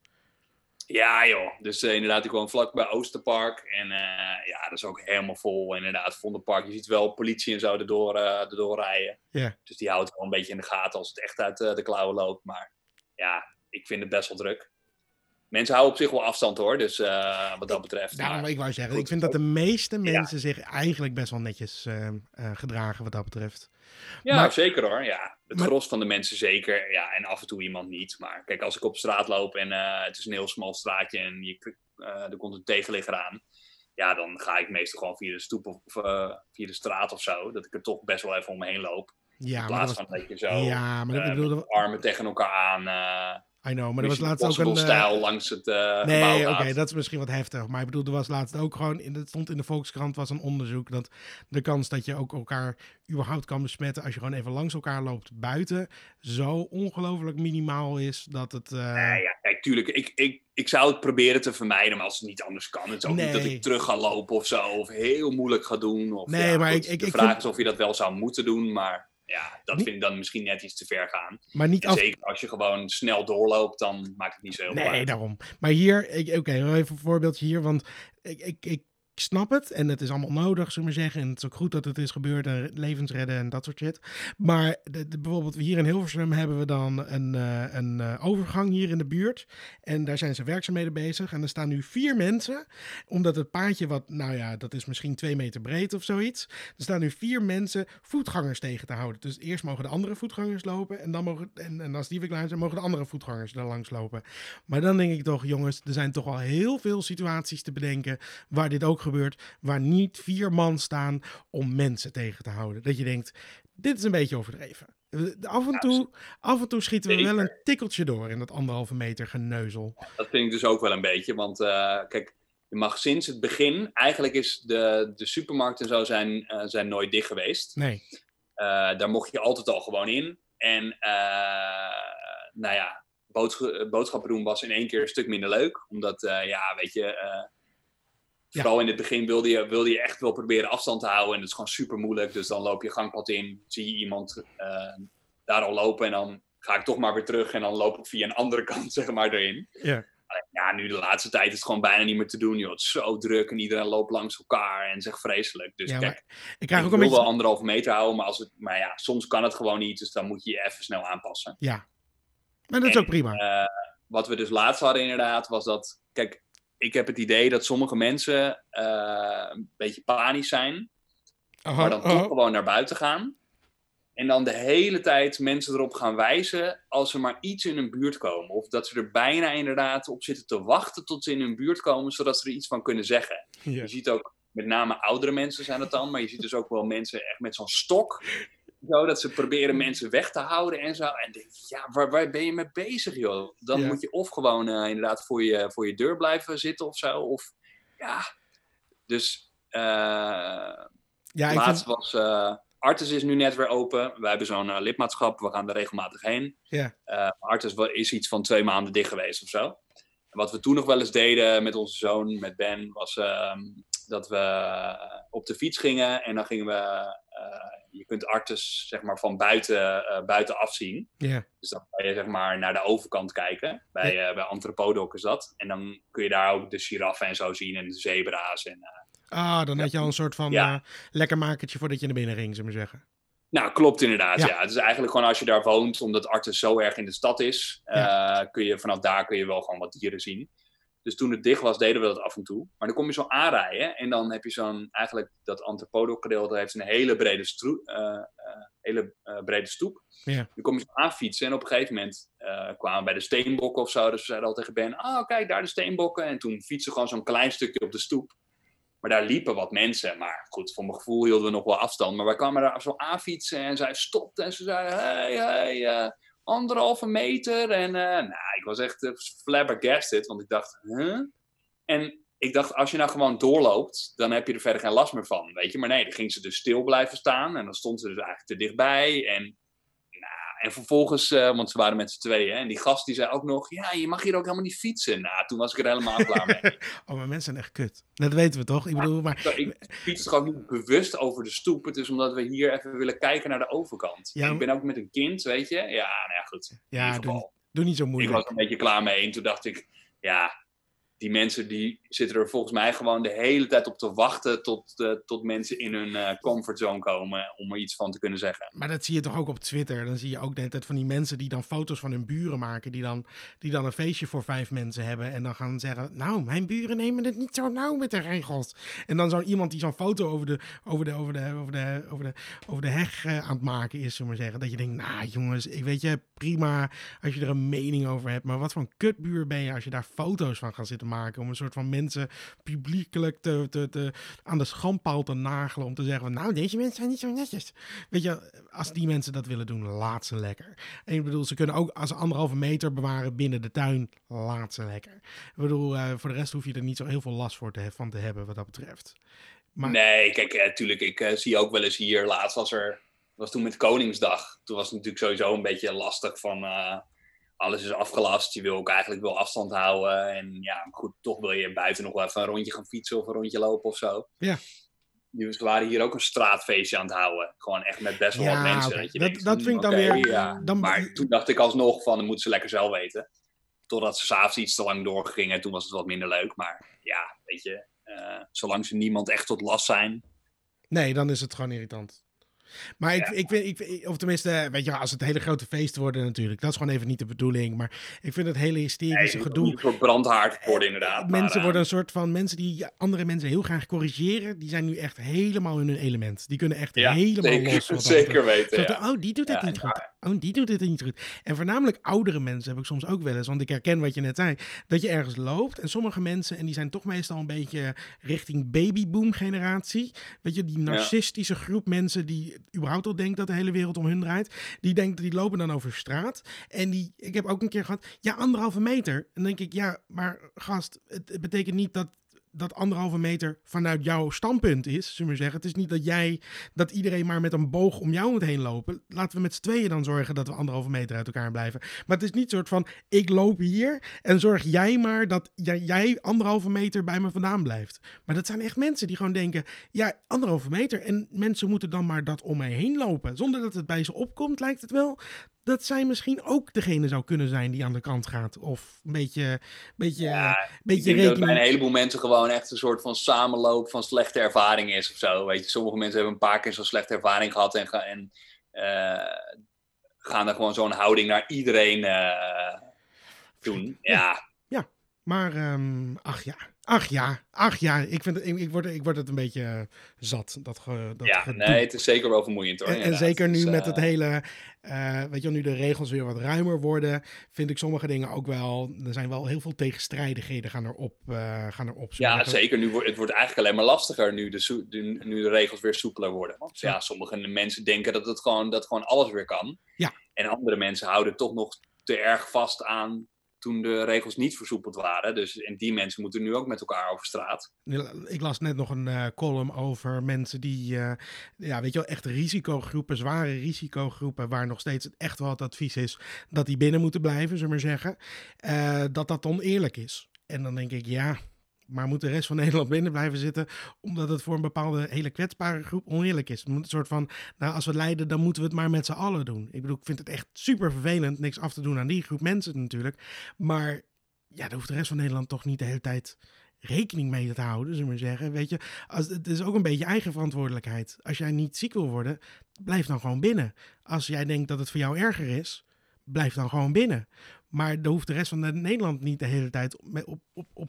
Ja joh, dus uh, inderdaad, ik woon vlak bij Oosterpark en uh, ja, dat is ook helemaal vol inderdaad, Vondelpark. Je ziet wel politie en zo erdoor, uh, erdoor rijden. Yeah. Dus die houdt wel een beetje in de gaten als het echt uit uh, de klauwen loopt. Maar ja, ik vind het best wel druk. Mensen houden op zich wel afstand hoor, dus uh, wat dat betreft. Nou, maar, ik wou zeggen, goed, ik vind dat de meeste mensen ja. zich eigenlijk best wel netjes uh, uh, gedragen wat dat betreft. Ja, maar, zeker hoor. Ja. Het maar, gros van de mensen zeker. Ja, en af en toe iemand niet. Maar kijk, als ik op straat loop en uh, het is een heel smal straatje en je, uh, er komt een tegenligger aan. Ja, dan ga ik meestal gewoon via de stoep of uh, via de straat of zo. Dat ik er toch best wel even om me heen loop. Ja, in plaats maar van dat je zo ja, maar dat, uh, ik bedoel, met armen tegen elkaar aan... Uh, I know, maar er was laatst ook een... stijl uh, langs het uh, Nee, oké, okay, dat is misschien wat heftig. Maar ik bedoel, er was laatst ook gewoon... In, het stond in de Volkskrant, was een onderzoek... dat de kans dat je ook elkaar überhaupt kan besmetten... als je gewoon even langs elkaar loopt buiten... zo ongelooflijk minimaal is dat het... Uh... Nee, ja, kijk, tuurlijk. Ik, ik, ik zou het proberen te vermijden... maar als het niet anders kan... het is ook nee. niet dat ik terug ga lopen of zo... of heel moeilijk ga doen. Of, nee, ja, maar goed, ik, ik, de ik vraag vind... is of je dat wel zou moeten doen, maar... Ja, dat niet... vind ik dan misschien net iets te ver gaan. Maar niet en af... zeker als je gewoon snel doorloopt, dan maakt het niet zo heel Nee, uit. daarom. Maar hier, oké, okay, even een voorbeeldje hier, want ik, ik, ik snap het en het is allemaal nodig, zullen we maar zeggen. En het is ook goed dat het is gebeurd en levens redden en dat soort shit. Maar de, de, bijvoorbeeld hier in Hilversum hebben we dan een, uh, een uh, overgang hier in de buurt. En daar zijn ze werkzaamheden bezig. En er staan nu vier mensen, omdat het paadje wat, nou ja, dat is misschien twee meter breed of zoiets. Er staan nu vier mensen voetgangers tegen te houden. Dus eerst mogen de andere voetgangers lopen en dan mogen, en, en als die weer klaar zijn, mogen de andere voetgangers er langs lopen. Maar dan denk ik toch, jongens, er zijn toch al heel veel situaties te bedenken waar dit ook gebeurt, waar niet vier man staan om mensen tegen te houden. Dat je denkt, dit is een beetje overdreven. Af en toe, af en toe schieten we wel een tikkeltje door in dat anderhalve meter geneuzel. Dat vind ik dus ook wel een beetje, want uh, kijk, je mag sinds het begin, eigenlijk is de, de supermarkten en zo zijn, uh, zijn nooit dicht geweest. Nee. Uh, daar mocht je altijd al gewoon in. En uh, nou ja, boodsch- boodschappen doen was in één keer een stuk minder leuk. Omdat, uh, ja, weet je... Uh, Vooral ja. in het begin wilde je, wilde je echt wel proberen afstand te houden. En dat is gewoon super moeilijk. Dus dan loop je gangpad in. Zie je iemand uh, daar al lopen. En dan ga ik toch maar weer terug. En dan loop ik via een andere kant zeg maar erin. Ja. Ja, nu de laatste tijd is het gewoon bijna niet meer te doen. Joh. Het is zo druk. En iedereen loopt langs elkaar. En zegt vreselijk. Dus ja, kijk, ik, krijg ik ook wil een beetje... wel anderhalve meter houden. Maar, als het, maar ja, soms kan het gewoon niet. Dus dan moet je je even snel aanpassen. Ja, maar dat is en, ook prima. Uh, wat we dus laatst hadden inderdaad. Was dat, kijk... Ik heb het idee dat sommige mensen uh, een beetje panisch zijn. Aha, maar dan aha. toch gewoon naar buiten gaan. En dan de hele tijd mensen erop gaan wijzen als ze maar iets in hun buurt komen. Of dat ze er bijna inderdaad op zitten te wachten tot ze in hun buurt komen. Zodat ze er iets van kunnen zeggen. Ja. Je ziet ook, met name oudere mensen zijn het dan. Maar je ziet dus ook wel mensen echt met zo'n stok. Zo, dat ze proberen mensen weg te houden en zo. En denk je, ja, waar, waar ben je mee bezig, joh? Dan ja. moet je of gewoon uh, inderdaad voor je, voor je deur blijven zitten of zo. Of, ja. Dus, uh, ja, laatst vind... was... Uh, Artis is nu net weer open. Wij hebben zo'n uh, lidmaatschap. We gaan er regelmatig heen. Ja. Uh, Artis is iets van twee maanden dicht geweest of zo. En wat we toen nog wel eens deden met onze zoon, met Ben, was uh, dat we op de fiets gingen. En dan gingen we... Uh, je kunt Artis zeg maar van buiten, uh, buiten afzien. Yeah. Dus dan kan je zeg maar naar de overkant kijken. Bij, yeah. uh, bij Anthropodok is dat. En dan kun je daar ook de giraffen en zo zien en de zebra's. En, uh, ah, dan ja, had je al een soort van ja. uh, lekker makertje voordat je naar binnen ging, zullen we zeggen. Nou, klopt inderdaad. Ja. Ja. ja. Het is eigenlijk gewoon als je daar woont, omdat Artis zo erg in de stad is, uh, ja. kun je vanaf daar kun je wel gewoon wat dieren zien. Dus toen het dicht was, deden we dat af en toe. Maar dan kom je zo aanrijden en dan heb je zo'n, eigenlijk dat Antropodo-gedeelte heeft een hele brede, stroe, uh, uh, hele uh, brede stoep. Ja. Dan kom je zo aanfietsen en op een gegeven moment uh, kwamen we bij de steenbokken of zo. Dus we zeiden al tegen Ben, oh kijk, daar de steenbokken. En toen fietsen we gewoon zo'n klein stukje op de stoep. Maar daar liepen wat mensen. Maar goed, voor mijn gevoel hielden we nog wel afstand. Maar wij kwamen daar zo aanfietsen en zij stopte en ze zeiden, hey, hey, uh, anderhalve meter. En uh, nou, ik was echt uh, flabbergasted, want ik dacht, huh? En ik dacht, als je nou gewoon doorloopt, dan heb je er verder geen last meer van, weet je. Maar nee, dan ging ze dus stil blijven staan en dan stond ze dus eigenlijk te dichtbij. En, nou, en vervolgens, uh, want ze waren met z'n tweeën, en die gast die zei ook nog, ja, je mag hier ook helemaal niet fietsen. Nou, toen was ik er helemaal klaar mee. Oh, maar mensen zijn echt kut. Dat weten we toch? Ik bedoel, maar... Ik fiets toch ook niet bewust over de stoep. Het is omdat we hier even willen kijken naar de overkant. Ja, ik ben ook met een kind, weet je. Ja, nou ja, goed. Ja, doe, doe niet zo moeilijk. Ik was er een beetje klaar mee. En toen dacht ik, ja, die mensen die zitten er volgens mij gewoon de hele tijd op te wachten tot, uh, tot mensen in hun uh, comfortzone komen om er iets van te kunnen zeggen. Maar dat zie je toch ook op Twitter. Dan zie je ook de hele tijd van die mensen die dan foto's van hun buren maken, die dan, die dan een feestje voor vijf mensen hebben en dan gaan zeggen, nou, mijn buren nemen het niet zo nauw met de regels. En dan zo'n iemand die zo'n foto over de, over de, over de, over de, over de, over de heg uh, aan het maken is, zullen we maar zeggen. Dat je denkt, nou jongens, ik weet je, prima als je er een mening over hebt, maar wat voor een kutbuur ben je als je daar foto's van gaat zitten maken om een soort van mensen publiekelijk te, te, te, aan de schandpaal te nagelen om te zeggen, nou, deze mensen zijn niet zo netjes. Weet je, als die mensen dat willen doen, laat ze lekker. En ik bedoel, ze kunnen ook als ze anderhalve meter bewaren binnen de tuin, laat ze lekker. Ik bedoel, uh, voor de rest hoef je er niet zo heel veel last voor te, van te hebben wat dat betreft. Maar... Nee, kijk, natuurlijk, uh, ik uh, zie ook wel eens hier, laatst was er, was toen met Koningsdag, toen was het natuurlijk sowieso een beetje lastig van... Uh, alles is afgelast, je wil ook eigenlijk wel afstand houden. En ja, goed, toch wil je buiten nog wel even een rondje gaan fietsen of een rondje lopen of zo. Ja. Dus we waren hier ook een straatfeestje aan het houden. Gewoon echt met best wel ja, wat mensen. Okay. Dat, je dat, denkt, dat vind ik dan okay, weer... Ja. Dan... Maar toen dacht ik alsnog van, dan moeten ze lekker zelf weten. Totdat ze s'avonds iets te lang doorgingen. Toen was het wat minder leuk. Maar ja, weet je, uh, zolang ze niemand echt tot last zijn. Nee, dan is het gewoon irritant. Maar ik, ja. ik vind, ik, of tenminste, weet je, als het hele grote feesten worden natuurlijk, dat is gewoon even niet de bedoeling. Maar ik vind het hele hysterische nee, gedoe. Een soort brandhaard worden inderdaad. Mensen maar, worden een soort van mensen die andere mensen heel graag corrigeren. Die zijn nu echt helemaal in hun element. Die kunnen echt ja, helemaal zeker, los. Wat zeker weten. Soort, ja. Oh, die doet het ja, niet goed. Oh, die doet het niet goed. En voornamelijk oudere mensen heb ik soms ook wel eens. Want ik herken wat je net zei. Dat je ergens loopt en sommige mensen, en die zijn toch meestal een beetje richting babyboom generatie. Weet je, die narcistische ja. groep mensen die überhaupt al denkt dat de hele wereld om hun draait. Die denken, die lopen dan over straat. En die, ik heb ook een keer gehad, ja, anderhalve meter. En dan denk ik, ja, maar gast, het, het betekent niet dat dat anderhalve meter vanuit jouw standpunt is, zullen we maar zeggen. Het is niet dat jij, dat iedereen maar met een boog om jou moet heen lopen. Laten we met z'n tweeën dan zorgen dat we anderhalve meter uit elkaar blijven. Maar het is niet soort van, ik loop hier en zorg jij maar dat jij, jij anderhalve meter bij me vandaan blijft. Maar dat zijn echt mensen die gewoon denken, ja, anderhalve meter en mensen moeten dan maar dat om mij heen lopen. Zonder dat het bij ze opkomt, lijkt het wel dat zij misschien ook degene zou kunnen zijn die aan de kant gaat. Of een beetje, beetje, ja, beetje ik denk rekening... dat bij een heleboel mensen gewoon echt een soort van samenloop van slechte ervaring is of zo. Weet je, sommige mensen hebben een paar keer zo'n slechte ervaring gehad en, en uh, gaan er gewoon zo'n houding naar iedereen uh, doen. Ja. Ja, ja. Maar um, ach ja. Ach ja, ach ja, ik, vind het, ik, ik, word, ik word het een beetje uh, zat. Dat ge, dat ja, gedoe. Nee, het is zeker wel vermoeiend hoor. En, en zeker nu dus, uh... met het hele, uh, weet je wel, nu de regels weer wat ruimer worden, vind ik sommige dingen ook wel, er zijn wel heel veel tegenstrijdigheden gaan erop, uh, gaan erop Ja, maken. Zeker. Nu wordt, het wordt eigenlijk alleen maar lastiger nu de, so- nu, nu de regels weer soepeler worden. Want ja, sommige mensen denken dat het gewoon, dat gewoon alles weer kan. Ja. En andere mensen houden toch nog te erg vast aan toen de regels niet versoepeld waren. Dus, en die mensen moeten nu ook met elkaar over straat. Ik las net nog een uh, column over mensen die, uh, ja, weet je wel, echt risicogroepen, zware risicogroepen, waar nog steeds echt wel het advies is dat die binnen moeten blijven, zullen we maar zeggen. Uh, dat dat oneerlijk is. En dan denk ik, ja, maar moet de rest van Nederland binnen blijven zitten, omdat het voor een bepaalde hele kwetsbare groep oneerlijk is. Het moet een soort van, nou, als we lijden, dan moeten we het maar met z'n allen doen. Ik bedoel, ik vind het echt super vervelend, niks af te doen aan die groep mensen natuurlijk. Maar ja, daar hoeft de rest van Nederland toch niet de hele tijd rekening mee te houden, zullen we maar zeggen. Weet je, als, het is ook een beetje eigen verantwoordelijkheid. Als jij niet ziek wil worden, blijf dan gewoon binnen. Als jij denkt dat het voor jou erger is, blijf dan gewoon binnen. Maar daar hoeft de rest van Nederland niet de hele tijd op, op, op, op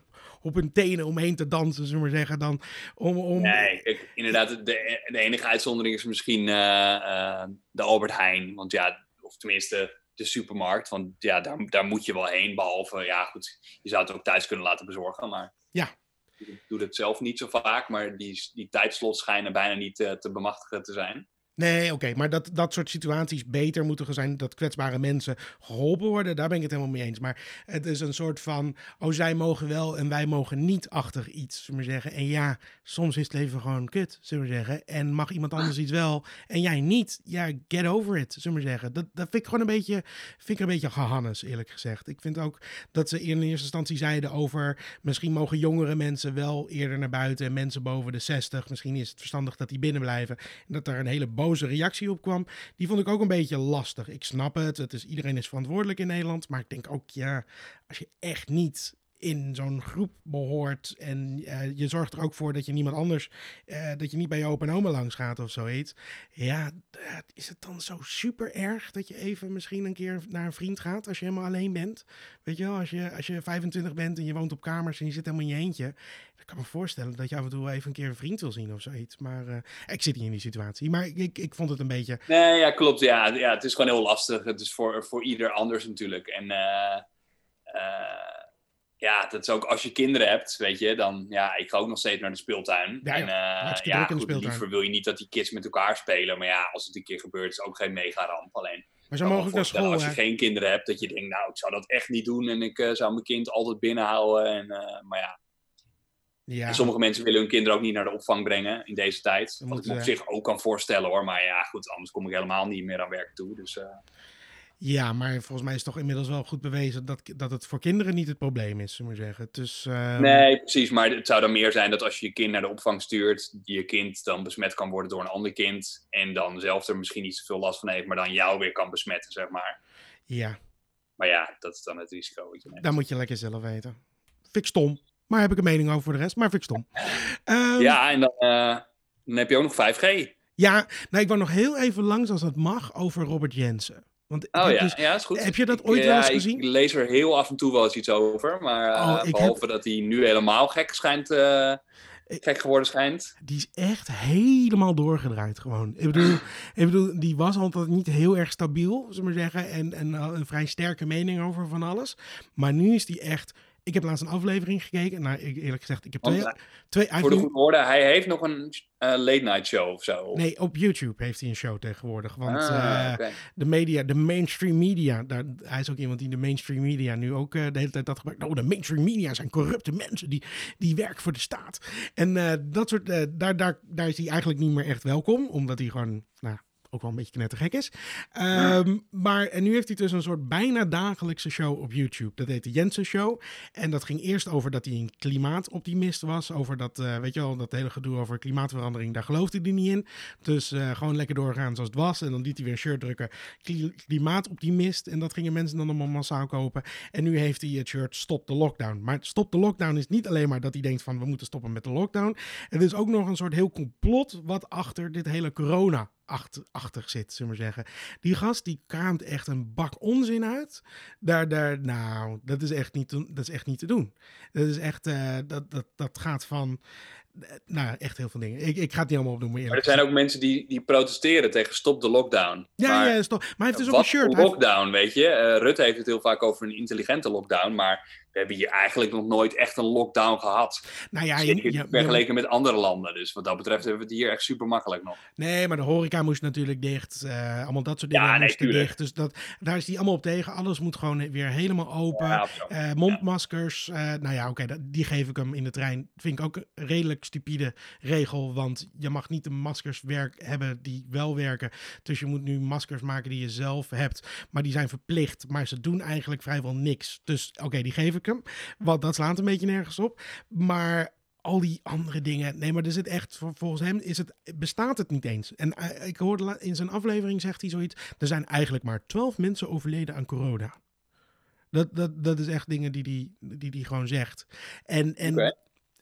op hun tenen omheen te dansen, zullen we maar zeggen. Dan om, om... Nee, kijk, inderdaad, de, de enige uitzondering is misschien uh, uh, de Albert Heijn. Want ja, of tenminste de supermarkt. Want ja, daar, daar moet je wel heen. Behalve, ja goed, je zou het ook thuis kunnen laten bezorgen. Maar ja. ik doe het zelf niet zo vaak. Maar die, die tijdslots schijnen bijna niet uh, te bemachtigen te zijn. Nee, oké, okay, maar dat, dat soort situaties beter moeten zijn, dat kwetsbare mensen geholpen worden, daar ben ik het helemaal mee eens. Maar het is een soort van, oh, zij mogen wel en wij mogen niet achter iets, zullen we zeggen. En ja, soms is het leven gewoon kut, zullen we zeggen. En mag iemand anders iets wel en jij niet. Ja, get over it, zullen we zeggen. Dat, dat vind ik gewoon een beetje, vind ik een beetje gehannes, eerlijk gezegd. Ik vind ook dat ze in eerste instantie zeiden over, misschien mogen jongere mensen wel eerder naar buiten en mensen boven de zestig. Misschien is het verstandig dat die binnen blijven. En dat daar een hele boze reactie op kwam, die vond ik ook een beetje lastig. Ik snap het, het is, iedereen is verantwoordelijk in Nederland, maar ik denk ook, ja, als je echt niet in zo'n groep behoort en uh, je zorgt er ook voor dat je niemand anders, uh, dat je niet bij je opa en oma langs gaat of zoiets, ja, uh, is het dan zo super erg dat je even misschien een keer naar een vriend gaat als je helemaal alleen bent? Weet je wel, als je, als je vijfentwintig bent en je woont op kamers en je zit helemaal in je eentje, ik kan me voorstellen dat je af en toe even een keer een vriend wil zien of zoiets. Maar uh, ik zit niet in die situatie. Maar ik, ik vond het een beetje... Nee, ja, klopt. Ja, ja, het is gewoon heel lastig. Het is voor, voor ieder anders natuurlijk. En uh, uh, ja, dat is ook als je kinderen hebt, weet je, dan... Ja, ik ga ook nog steeds naar de speeltuin. Ja, en ja, uh, ja goed, speeltuin. Liever wil je niet dat die kids met elkaar spelen. Maar ja, als het een keer gebeurt, is het ook geen mega ramp. Alleen... Maar zo mogelijk naar school, als je hè? geen kinderen hebt, dat je denkt, nou, ik zou dat echt niet doen. En ik uh, zou mijn kind altijd binnenhouden. En, uh, maar ja... Ja. En sommige mensen willen hun kinderen ook niet naar de opvang brengen in deze tijd. Wat moet, ik me op uh... zich ook kan voorstellen hoor. Maar ja, goed, anders kom ik helemaal niet meer aan werk toe. Dus, uh... Ja, maar volgens mij is het toch inmiddels wel goed bewezen dat, dat het voor kinderen niet het probleem is, zullen we zeggen. Dus, uh... Nee, precies. Maar het zou dan meer zijn dat als je je kind naar de opvang stuurt, je kind dan besmet kan worden door een ander kind. En dan zelf er misschien niet zoveel last van heeft, maar dan jou weer kan besmetten, zeg maar. Ja. Maar ja, dat is dan het risico. Wat je neemt. Dat moet je lekker zelf weten. Vind ik stom. Maar heb ik een mening over voor de rest. Maar vind ik stom. Um, ja, en dan, uh, dan heb je ook nog vijf G. Ja, nou, ik wou nog heel even langs, als het mag, over Robert Jensen. Want oh ja, dus, ja, is goed. Heb je dat ik, ooit uh, wel eens gezien? Ik lees er heel af en toe wel eens iets over. Maar uh, oh, behalve heb... dat hij nu helemaal gek schijnt... Uh, gek geworden schijnt. Die is echt helemaal doorgedraaid gewoon. Ik bedoel, ik bedoel die was altijd niet heel erg stabiel, zullen we maar zeggen. En, en uh, een vrij sterke mening over van alles. Maar nu is die echt... Ik heb laatst een aflevering gekeken. Nou, eerlijk gezegd, ik heb twee... Want, twee voor de goede orde, hij heeft nog een uh, late night show of zo. Of? Nee, op YouTube heeft hij een show tegenwoordig. Want ah, uh, okay. de media, de mainstream media... Daar, hij is ook iemand die de mainstream media nu ook uh, de hele tijd dat gebruikt. Oh, de mainstream media zijn corrupte mensen die, die werken voor de staat. En uh, dat soort... Uh, daar, daar, daar is hij eigenlijk niet meer echt welkom. Omdat hij gewoon... Nou, ook wel een beetje knettergek is. Um, ja. Maar en nu heeft hij dus een soort bijna dagelijkse show op YouTube. Dat heet de Jensen Show. En dat ging eerst over dat hij een klimaatoptimist was. Over dat, uh, weet je wel, dat hele gedoe over klimaatverandering. Daar geloofde hij niet in. Dus uh, gewoon lekker doorgaan zoals het was. En dan liet hij weer een shirt drukken. Klimaatoptimist. En dat gingen mensen dan allemaal massaal kopen. En nu heeft hij het shirt Stop de Lockdown. Maar Stop de Lockdown is niet alleen maar dat hij denkt van we moeten stoppen met de lockdown. Het is ook nog een soort heel complot wat achter dit hele corona achtig zit, zullen we zeggen. Die gast, die kraamt echt een bak onzin uit. Daar, daar, nou, dat is echt niet, dat is echt niet te doen. Dat is echt, uh, dat, dat, dat gaat van, uh, nou, echt heel veel dingen. Ik, ik ga het niet allemaal opnoemen, maar er zijn ook mensen die, die protesteren tegen stop de lockdown. Ja, maar, ja, stop. Maar hij heeft dus ook een shirt. Wat lockdown, weet je? Uh, Rutte heeft het heel vaak over een intelligente lockdown, maar we hebben hier eigenlijk nog nooit echt een lockdown gehad. Nou ja, je, je, vergeleken je, met andere landen. Dus wat dat betreft hebben we het hier echt super makkelijk nog. Nee, maar de horeca moest natuurlijk dicht. Uh, allemaal dat soort dingen ja, nee, moesten tuurlijk. dicht. Dus dat, daar is die allemaal op tegen. Alles moet gewoon weer helemaal open. Ja, uh, mondmaskers. Uh, nou ja, oké, okay, die geef ik hem in de trein. Vind ik ook een redelijk stupide regel. Want je mag niet de maskers werk hebben die wel werken. Dus je moet nu maskers maken die je zelf hebt. Maar die zijn verplicht. Maar ze doen eigenlijk vrijwel niks. Dus oké, okay, die geef ik hem. Want dat slaat een beetje nergens op. Maar al die andere dingen. Nee, maar er zit echt, volgens hem is het, bestaat het niet eens. En uh, ik hoorde in zijn aflevering zegt hij zoiets. Er zijn eigenlijk maar twaalf mensen overleden aan corona. Dat, dat, dat is echt dingen die hij die, die gewoon zegt. En, en okay.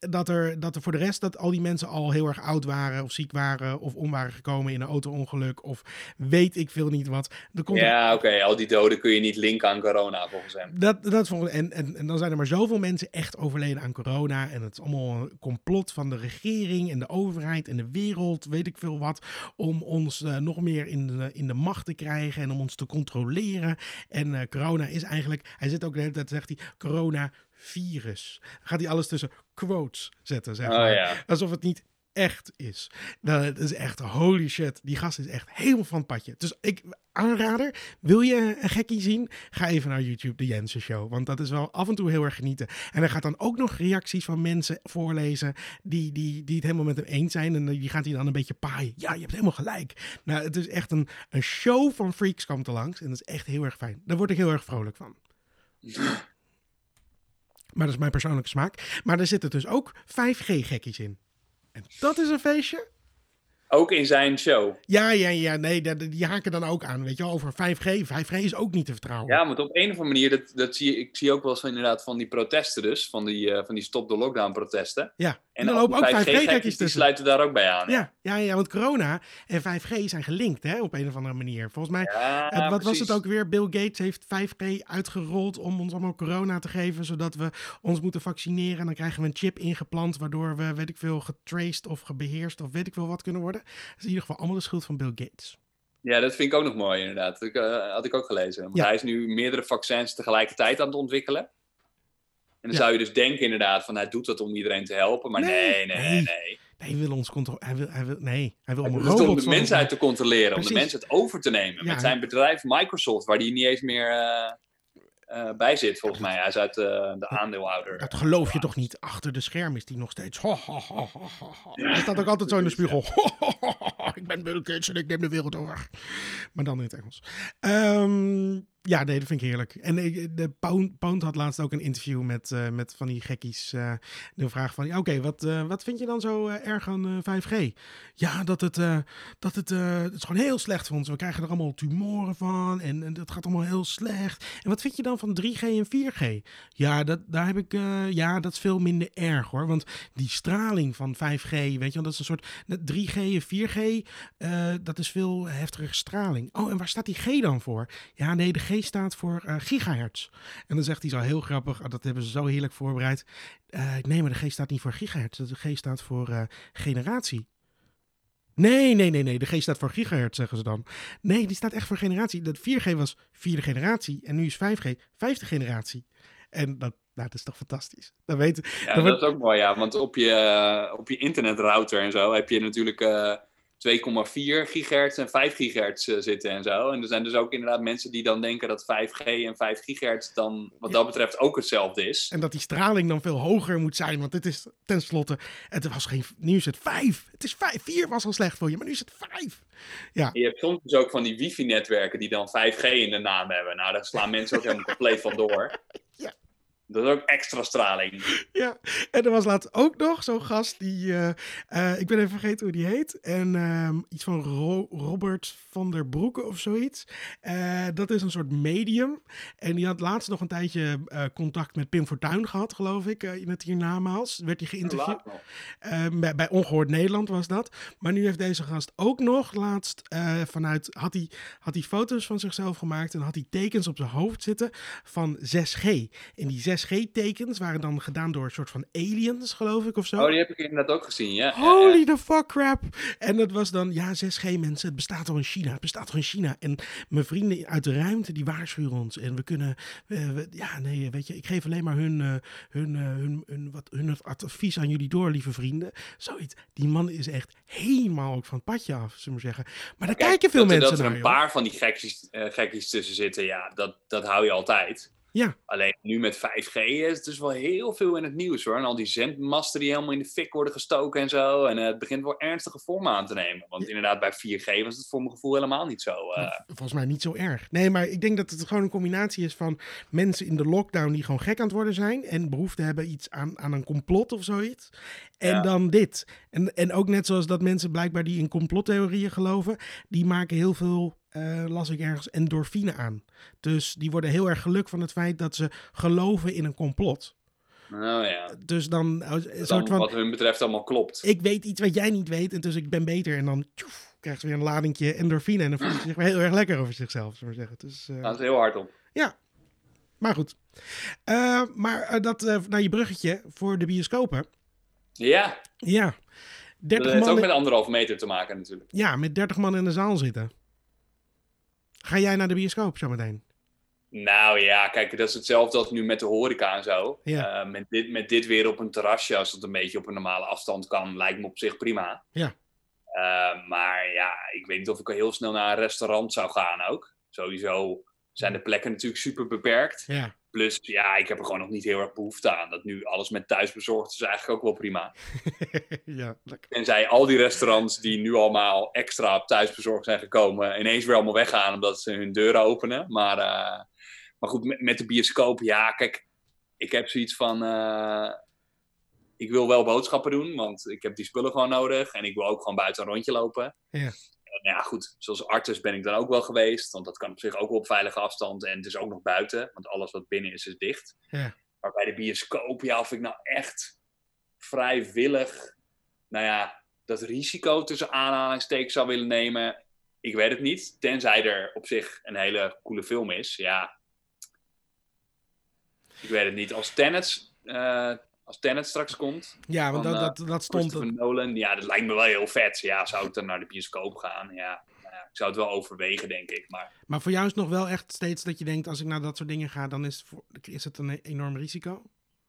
dat er, dat er voor de rest dat al die mensen al heel erg oud waren of ziek waren of om waren gekomen in een auto-ongeluk of weet ik veel niet wat. Er komt Ja, er, oké. Okay. Al die doden kun je niet linken aan corona volgens hem. Dat, dat volgens, en, en, en dan zijn er maar zoveel mensen echt overleden aan corona en het is allemaal een complot van de regering en de overheid en de wereld, weet ik veel wat, om ons uh, nog meer in de, in de macht te krijgen en om ons te controleren. En uh, corona is eigenlijk, hij zit ook de hele tijd, zegt hij, coronavirus. Dan gaat hij alles tussen quotes zetten, zeg maar. Oh, ja. Alsof het niet echt is. Dat is echt holy shit. Die gast is echt helemaal van het padje. Dus ik aanrader, wil je een gekkie zien? Ga even naar YouTube, de Jensen Show. Want dat is wel af en toe heel erg genieten. En hij gaat dan ook nog reacties van mensen voorlezen die, die, die het helemaal met hem eens zijn. En die gaat hij dan een beetje paaien. Ja, je hebt helemaal gelijk. Nou, het is echt een, een show van freaks komt er langs. En dat is echt heel erg fijn. Daar word ik heel erg vrolijk van. Maar dat is mijn persoonlijke smaak. Maar er zitten dus ook vijf G-gekkies in. En dat is een feestje. Ook in zijn show? Ja, ja, ja. Nee, die, die haken dan ook aan. Weet je wel, over vijf G. vijf G is ook niet te vertrouwen. Ja, maar op een of andere manier, dat, dat zie, ik zie ook wel eens van, inderdaad van die protesten dus. Van die, uh, van die stop the lockdown protesten. Ja, en, en dan lopen ook vijf G-gekkies tussen. Die sluiten daar ook bij aan. Ja, ja, ja, want corona en vijf G zijn gelinkt, hè, op een of andere manier. Volgens mij, ja, uh, wat precies. was het ook weer? Bill Gates heeft vijf G uitgerold om ons allemaal corona te geven, zodat we ons moeten vaccineren. En dan krijgen we een chip ingeplant, waardoor we, weet ik veel, getraced of gebeheerst of weet ik veel wat kunnen worden. Dat is in ieder geval allemaal de schuld van Bill Gates. Ja, dat vind ik ook nog mooi inderdaad. Dat uh, had ik ook gelezen. Want ja. hij is nu meerdere vaccins tegelijkertijd aan het ontwikkelen. En dan ja. zou je dus denken inderdaad van hij doet dat om iedereen te helpen. Maar nee, nee, nee. nee, nee. Nee, hij wil ons controleren. Hij wil, hij wil, nee, hij wil hij om, wil robots om de mensheid te controleren. Precies. Om de mensheid over te nemen. Ja, met zijn bedrijf Microsoft, waar hij niet eens meer uh, uh, bij zit volgens mij. Hij is uit uh, de aandeelhouder. Dat geloof je toch niet? Achter de scherm is hij nog steeds. Ho, ho, ho, ho, ho. Ja, hij staat ook altijd zo in de spiegel. Ho, ho, ho, ho. Ik ben Bill Gates en ik neem de wereld over. Maar dan in het Engels. Um, ja, nee, dat vind ik heerlijk. En de Pound, Pound had laatst ook een interview met, uh, met van die gekkies. Uh, de vraag van, ja, oké, okay, wat, uh, wat vind je dan zo uh, erg aan uh, vijf G? Ja, dat het, uh, dat het, uh, het is gewoon heel slecht voor ons. We krijgen er allemaal tumoren van en, en dat gaat allemaal heel slecht. En wat vind je dan van drie G en vier G? Ja, dat, daar heb ik, uh, ja, dat is veel minder erg hoor. Want die straling van vijf G, weet je wel, dat is een soort drie G en vier G, uh, dat is veel heftiger straling. Oh, en waar staat die G dan voor? Ja, nee, de G staat voor uh, gigahertz. En dan zegt hij zo heel grappig, oh, dat hebben ze zo heerlijk voorbereid. Uh, nee, maar de G staat niet voor gigahertz. De G staat voor uh, generatie. Nee, nee, nee, nee. De G staat voor gigahertz, zeggen ze dan. Nee, die staat echt voor generatie. Dat vier G was vierde generatie en nu is vijf G vijfde generatie. En dat, nou, dat is toch fantastisch. Dat, weet, ja, dat, dat is ook mooi, ja. Want op je, uh, op je internetrouter en zo heb je natuurlijk Uh... twee komma vier gigahertz en vijf gigahertz uh, zitten en zo. En er zijn dus ook inderdaad mensen die dan denken dat vijf G en vijf gigahertz dan wat dat betreft ook hetzelfde is. En dat die straling dan veel hoger moet zijn, want dit is tenslotte, het was geen, nu is het vijf. Het is vijf, vier was al slecht voor je, maar nu is het vijf. Ja. Je hebt soms dus ook van die wifi-netwerken die dan vijf G in de naam hebben. Nou, daar slaan mensen ook helemaal compleet van door. Ja. Dat is ook extra straling. Ja, en er was laatst ook nog zo'n gast die, uh, uh, ik ben even vergeten hoe die heet. En uh, iets van Ro- Robert van der Broeke of zoiets. Uh, dat is een soort medium. En die had laatst nog een tijdje uh, contact met Pim Fortuyn gehad, geloof ik. Uh, in het hiernamaals werd hij geïnterviewd. Uh, bij, bij Ongehoord Nederland was dat. Maar nu heeft deze gast ook nog laatst uh, vanuit, had hij, had hij foto's van zichzelf gemaakt en had hij tekens op zijn hoofd zitten van zes G. En die zes G-tekens waren dan gedaan door een soort van aliens, geloof ik, of zo. Oh, die heb ik inderdaad ook gezien, ja. Holy ja, ja. the fuck crap. En dat was dan, ja, zes G mensen, het bestaat al in China, het bestaat al in China. En mijn vrienden uit de ruimte, die waarschuwen ons. En we kunnen, we, we, ja, nee, weet je, ik geef alleen maar hun, uh, hun, uh, hun, hun, wat, hun advies aan jullie door, lieve vrienden. Zoiets. Die man is echt helemaal ook van het padje af, zullen we zeggen. Maar daar Kijk, kijken veel dat, mensen dat er naar, een joh. paar van die gekkies, uh, gekkies tussen zitten, ja, dat, dat hou je altijd. Ja. Alleen nu met vijf G is het dus wel heel veel in het nieuws hoor. En al die zendmasten die helemaal in de fik worden gestoken en zo. En uh, het begint wel ernstige vormen aan te nemen. Want ja. inderdaad bij vier G was het voor mijn gevoel helemaal niet zo. Uh... Ja, volgens mij niet zo erg. Nee, maar ik denk dat het gewoon een combinatie is van mensen in de lockdown die gewoon gek aan het worden zijn. En behoefte hebben iets aan, aan een complot of zoiets. En ja. dan dit. En, en ook net zoals dat mensen blijkbaar die in complottheorieën geloven. Die maken heel veel, uh, las ik ergens, endorfine aan. Dus die worden heel erg geluk van het feit dat ze geloven in een complot. Oh ja. Dus dan... Een dan soort van, wat hun betreft allemaal klopt. Ik weet iets wat jij niet weet en dus ik ben beter. En dan tjoef, krijgt ze weer een ladingje endorfine en dan voelt ze zich weer heel erg lekker over zichzelf, zullen we zeggen. Dus, uh, Gaan ze heel hard op. Ja, maar goed. Uh, maar uh, dat uh, naar je bruggetje voor de bioscopen. Ja. Ja. Dat heeft ook met anderhalve meter te maken natuurlijk. Ja, met dertig man in de zaal zitten. Ga jij naar de bioscoop zometeen? Nou ja, kijk, dat is hetzelfde als nu met de horeca en zo. Ja. Uh, met, dit, met dit weer op een terrasje, als het een beetje op een normale afstand kan, lijkt me op zich prima. Ja. Uh, maar ja, ik weet niet of ik heel snel naar een restaurant zou gaan ook. Sowieso zijn de plekken natuurlijk super beperkt. Ja. Plus, ja, ik heb er gewoon nog niet heel erg behoefte aan. Dat nu alles met thuisbezorgd is eigenlijk ook wel prima. Ja, lekker. Tenzij al die restaurants die nu allemaal extra op thuisbezorgd zijn gekomen, ineens weer allemaal weggaan omdat ze hun deuren openen. Maar, uh, maar goed, met, met de bioscoop, ja, kijk, ik heb zoiets van... Uh, ik wil wel boodschappen doen, want ik heb die spullen gewoon nodig. En ik wil ook gewoon buiten een rondje lopen. Ja. Nou ja, goed, zoals arts ben ik dan ook wel geweest. Want dat kan op zich ook wel op veilige afstand. En het is ook nog buiten, want alles wat binnen is, is dicht. Ja. Maar bij de bioscoop, ja, of ik nou echt vrijwillig... Nou ja, dat risico tussen aanhalingstekens zou willen nemen... Ik weet het niet. Tenzij er op zich een hele coole film is. Ja, ik weet het niet. Als Tenet... Uh, Als Tenet straks komt. Ja, want van, dat, dat, dat stond... Christopher Nolan. Ja, dat lijkt me wel heel vet. Ja, zou ik dan naar de bioscoop gaan? Ja, nou ja, ik zou het wel overwegen, denk ik. Maar... maar voor jou is het nog wel echt steeds dat je denkt... als ik naar dat soort dingen ga, dan is het, voor, is het een enorm risico?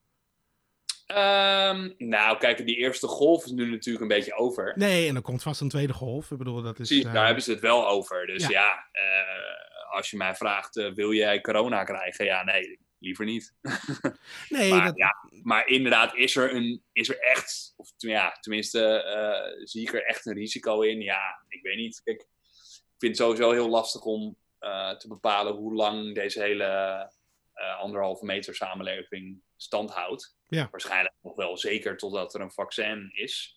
Um, nou, kijk, die eerste golf is nu natuurlijk een beetje over. Nee, en er komt vast een tweede golf. Ik bedoel, dat is... Precies, uh... daar hebben ze het wel over. Dus ja, ja uh, als je mij vraagt, uh, wil jij corona krijgen? Ja, nee, liever niet. Nee, maar, dat... ja, maar inderdaad, is er, een, is er echt, of ja, tenminste, uh, zie ik er echt een risico in? Ja, ik weet niet. Kijk, ik vind het sowieso heel lastig om uh, te bepalen hoe lang deze hele uh, anderhalve meter samenleving stand houdt. Ja. Waarschijnlijk nog wel zeker totdat er een vaccin is.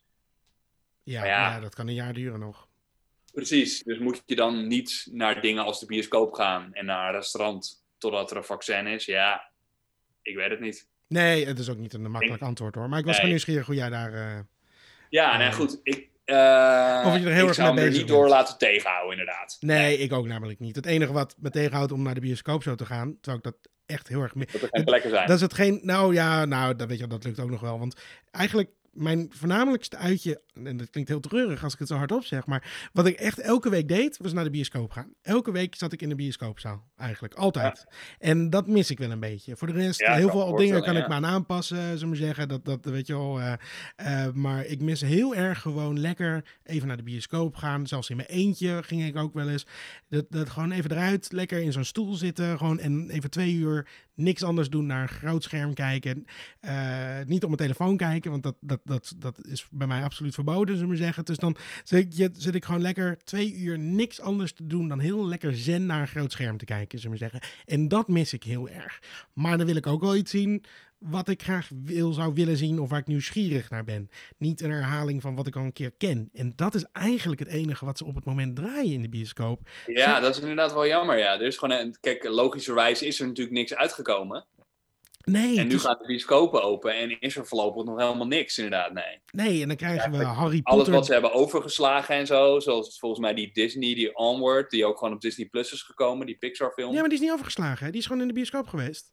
Ja, maar ja, ja, dat kan een jaar duren nog. Precies, dus moet je dan niet naar dingen als de bioscoop gaan en naar een restaurant totdat er een vaccin is? Ja, ik weet het niet. Nee, het is ook niet een makkelijk ik... antwoord hoor. Maar ik was nee. gewoon nieuwsgierig hoe jij daar... Uh, ja, uh, nou goed. Ik, uh, of je er heel ik erg zou mee me bezig niet door bent. laten tegenhouden, inderdaad. Nee, nee, ik ook namelijk niet. Het enige wat me tegenhoudt om naar de bioscoop zo te gaan, terwijl ik dat echt heel erg... Me- dat er geen plekken zijn. Dat is het geen... Nou ja, nou, dat, weet je, dat lukt ook nog wel. Want eigenlijk... Mijn voornamelijkste uitje, en dat klinkt heel treurig als ik het zo hardop zeg, maar wat ik echt elke week deed, was naar de bioscoop gaan. Elke week zat ik in de bioscoopzaal, eigenlijk. Altijd. Ja. En dat mis ik wel een beetje. Voor de rest, ja, heel veel dingen kan ja. ik me aan aanpassen, zullen we maar zeggen. Dat, dat weet je wel. Uh, uh, maar ik mis heel erg gewoon lekker even naar de bioscoop gaan. Zelfs in mijn eentje ging ik ook wel eens. Dat, dat gewoon even eruit, lekker in zo'n stoel zitten, gewoon en even twee uur niks anders doen, naar een groot scherm kijken. Uh, niet op mijn telefoon kijken, want dat, dat, dat, dat is bij mij absoluut verboden, zullen we zeggen. Dus dan zit, je, zit ik gewoon lekker twee uur niks anders te doen dan heel lekker zen naar een groot scherm te kijken, zullen we zeggen. En dat mis ik heel erg. Maar dan wil ik ook wel iets zien wat ik graag wil, zou willen zien of waar ik nieuwsgierig naar ben. Niet een herhaling van wat ik al een keer ken. En dat is eigenlijk het enige wat ze op het moment draaien in de bioscoop. Ja, Zo... dat is inderdaad wel jammer, ja. Er is gewoon een, kijk, logischerwijs is er natuurlijk niks uitgekomen. Nee. En nu dus... gaan de bioscopen open en is er voorlopig nog helemaal niks, inderdaad, nee. Nee, en dan krijgen ja, we Harry Potter... Alles wat ze hebben overgeslagen en zo, zoals volgens mij die Disney, die Onward, die ook gewoon op Disney Plus is gekomen, die Pixar film. Ja, maar die is niet overgeslagen, hè? Die is gewoon in de bioscoop geweest.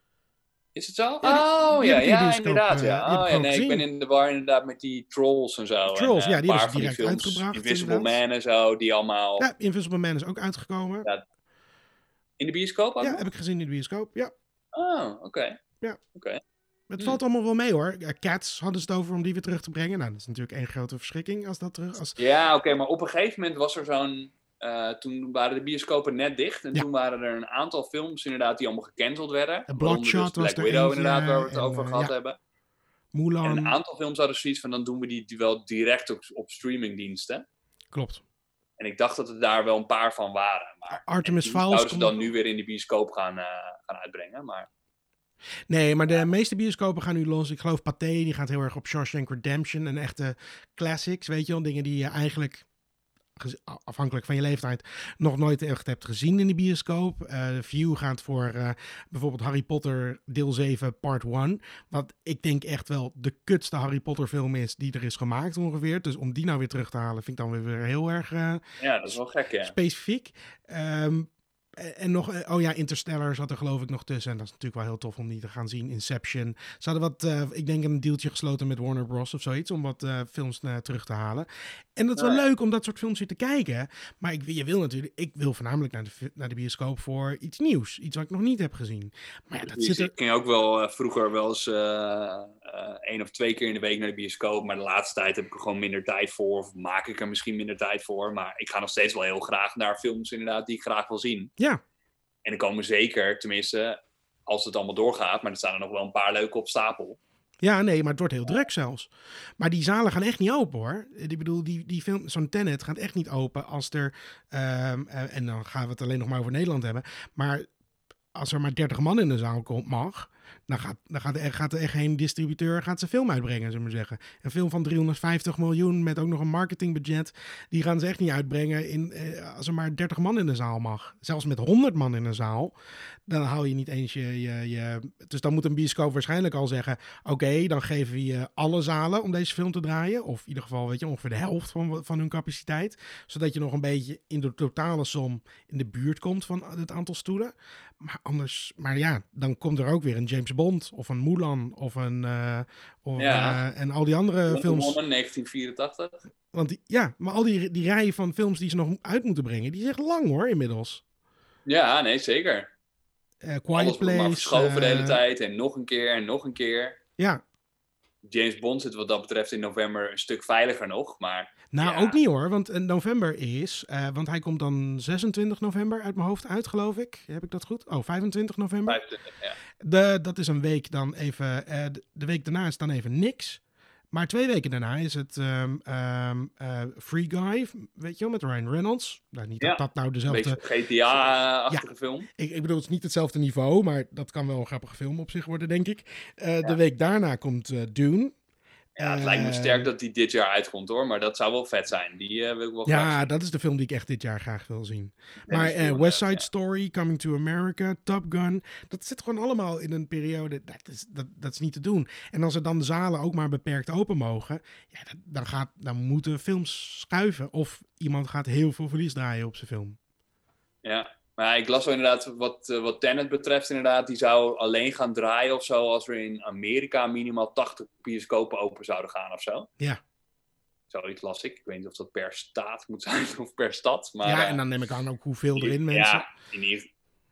Is het zo? Ja, die, oh, die ja, ja, ja, inderdaad. Uh, ja. Oh, ja nee, ik ben in de war inderdaad met die Trolls en zo. Trolls, en, uh, ja, die paar hebben ze direct die films, uitgebracht. Invisible inderdaad. Man en zo, die allemaal... Ja, Invisible Man is ook uitgekomen. Ja. In de bioscoop ook? Ja, heb ik gezien in de bioscoop, ja. Oh, oké. Okay. Ja. Okay. Het hm. valt allemaal wel mee hoor. Cats hadden ze het over om die weer terug te brengen. Nou, dat is natuurlijk één grote verschrikking als dat terug... Als... Ja, oké, okay, maar op een gegeven moment was er zo'n... Uh, toen waren de bioscopen net dicht. En ja. toen waren er een aantal films inderdaad die allemaal gecanceld werden. Bloodshot dus was Black er Widow eentje, inderdaad, waar we het en, over uh, gehad ja. hebben. Mulan. En een aantal films hadden zoiets van, dan doen we die, die wel direct op, op streamingdiensten. Klopt. En ik dacht dat er daar wel een paar van waren. Maar Artemis Fowl zouden ze dan nu weer in de bioscoop gaan, uh, gaan uitbrengen. Maar... Nee, maar de ja. meeste bioscopen gaan nu los. Ik geloof Pathé, die gaat heel erg op Shawshank Redemption. En echte classics, weet je wel. Dingen die je eigenlijk afhankelijk van je leeftijd, nog nooit echt hebt gezien in de bioscoop. Uh, View gaat voor uh, bijvoorbeeld Harry Potter deel zeven part één. Wat ik denk echt wel de kutste Harry Potter film is die er is gemaakt ongeveer. Dus om die nou weer terug te halen vind ik dan weer heel erg uh, ja, dat is wel gek, ja. specifiek. Um, En nog, oh ja, Interstellar zat er geloof ik nog tussen. En dat is natuurlijk wel heel tof om die te gaan zien. Inception. Ze hadden wat, uh, ik denk een dealtje gesloten met Warner Bros. of zoiets. Om wat uh, films uh, terug te halen. En dat is wel ja. leuk om dat soort films weer te kijken. Maar ik, je wil natuurlijk, ik wil voornamelijk naar de, naar de bioscoop voor iets nieuws. Iets wat ik nog niet heb gezien. Maar ja, dat zit er... Ik ging ook wel uh, vroeger wel eens uh, uh, één of twee keer in de week naar de bioscoop. Maar de laatste tijd heb ik er gewoon minder tijd voor. Of maak ik er misschien minder tijd voor. Maar ik ga nog steeds wel heel graag naar films inderdaad die ik graag wil zien. Ja. En er komen zeker, tenminste, als het allemaal doorgaat, maar er staan er nog wel een paar leuke op stapel. Ja, nee, maar het wordt heel druk zelfs. Maar die zalen gaan echt niet open, hoor. Ik bedoel, die, die film, zo'n Tenet gaat echt niet open als er... Um, uh, en dan gaan we het alleen nog maar over Nederland hebben. Maar als er maar dertig man in de zaal komt, mag... Dan gaat, dan gaat, er, gaat er echt geen distributeur gaat zijn film uitbrengen, zullen we maar zeggen. Een film van driehonderdvijftig miljoen met ook nog een marketingbudget. Die gaan ze echt niet uitbrengen in, eh, als er maar dertig man in de zaal mag. Zelfs met honderd man in de zaal. Dan haal je niet eens je... je, je dus dan moet een bioscoop waarschijnlijk al zeggen... Oké, okay, dan geven we je alle zalen om deze film te draaien. Of in ieder geval, weet je, ongeveer de helft van, van hun capaciteit. Zodat je nog een beetje in de totale som in de buurt komt van het aantal stoelen. Maar anders... Maar ja, dan komt er ook weer een James Bond of een Mulan of een... Uh, of, ja. uh, en al die andere Wonder films... Woman negentien vierentachtig. Want die, ja, maar al die, die rijen van films die ze nog uit moeten brengen... Die is echt lang, hoor, inmiddels. Ja, nee, zeker. Uh, Quiet Alles Place... maar verschoven uh, de hele tijd. En nog een keer en nog een keer. Ja. James Bond zit wat dat betreft in november een stuk veiliger nog, maar... Nou, ja. ook niet hoor, want in november is... Uh, want hij komt dan zesentwintig november uit mijn hoofd uit, geloof ik. Heb ik dat goed? Oh, vijfentwintig november. vijfentwintig, ja. De, dat is een week dan even... Uh, de, de week daarna is dan even niks. Maar twee weken daarna is het um, um, uh, Free Guy, weet je wel, met Ryan Reynolds. Nou, niet ja. dat dat nou dezelfde... Een beetje G T A-achtige ja. film. Ik, ik bedoel, het is niet hetzelfde niveau, maar dat kan wel een grappige film op zich worden, denk ik. Uh, ja. De week daarna komt uh, Dune. Ja, het uh, lijkt me sterk dat die dit jaar uitkomt, hoor. Maar dat zou wel vet zijn. Die uh, wil ik wel ja, graag zien. Dat is de film die ik echt dit jaar graag wil zien. En maar uh, West Side ja. Story, Coming to America, Top Gun... dat zit gewoon allemaal in een periode... Dat is, dat, dat is niet te doen. En als er dan de zalen ook maar beperkt open mogen... Ja, dat, dan, gaat, dan moeten films schuiven. Of iemand gaat heel veel verlies draaien op zijn film. Ja. Maar ik las wel inderdaad, wat, uh, wat Tenet betreft inderdaad, die zou alleen gaan draaien of zo als er in Amerika minimaal tachtig bioscopen open zouden gaan of zo. Ja. Zoiets las ik. Ik weet niet of dat per staat moet zijn of per stad. Maar, ja, uh, en dan neem ik aan ook hoeveel erin mensen. Ja, in ieder,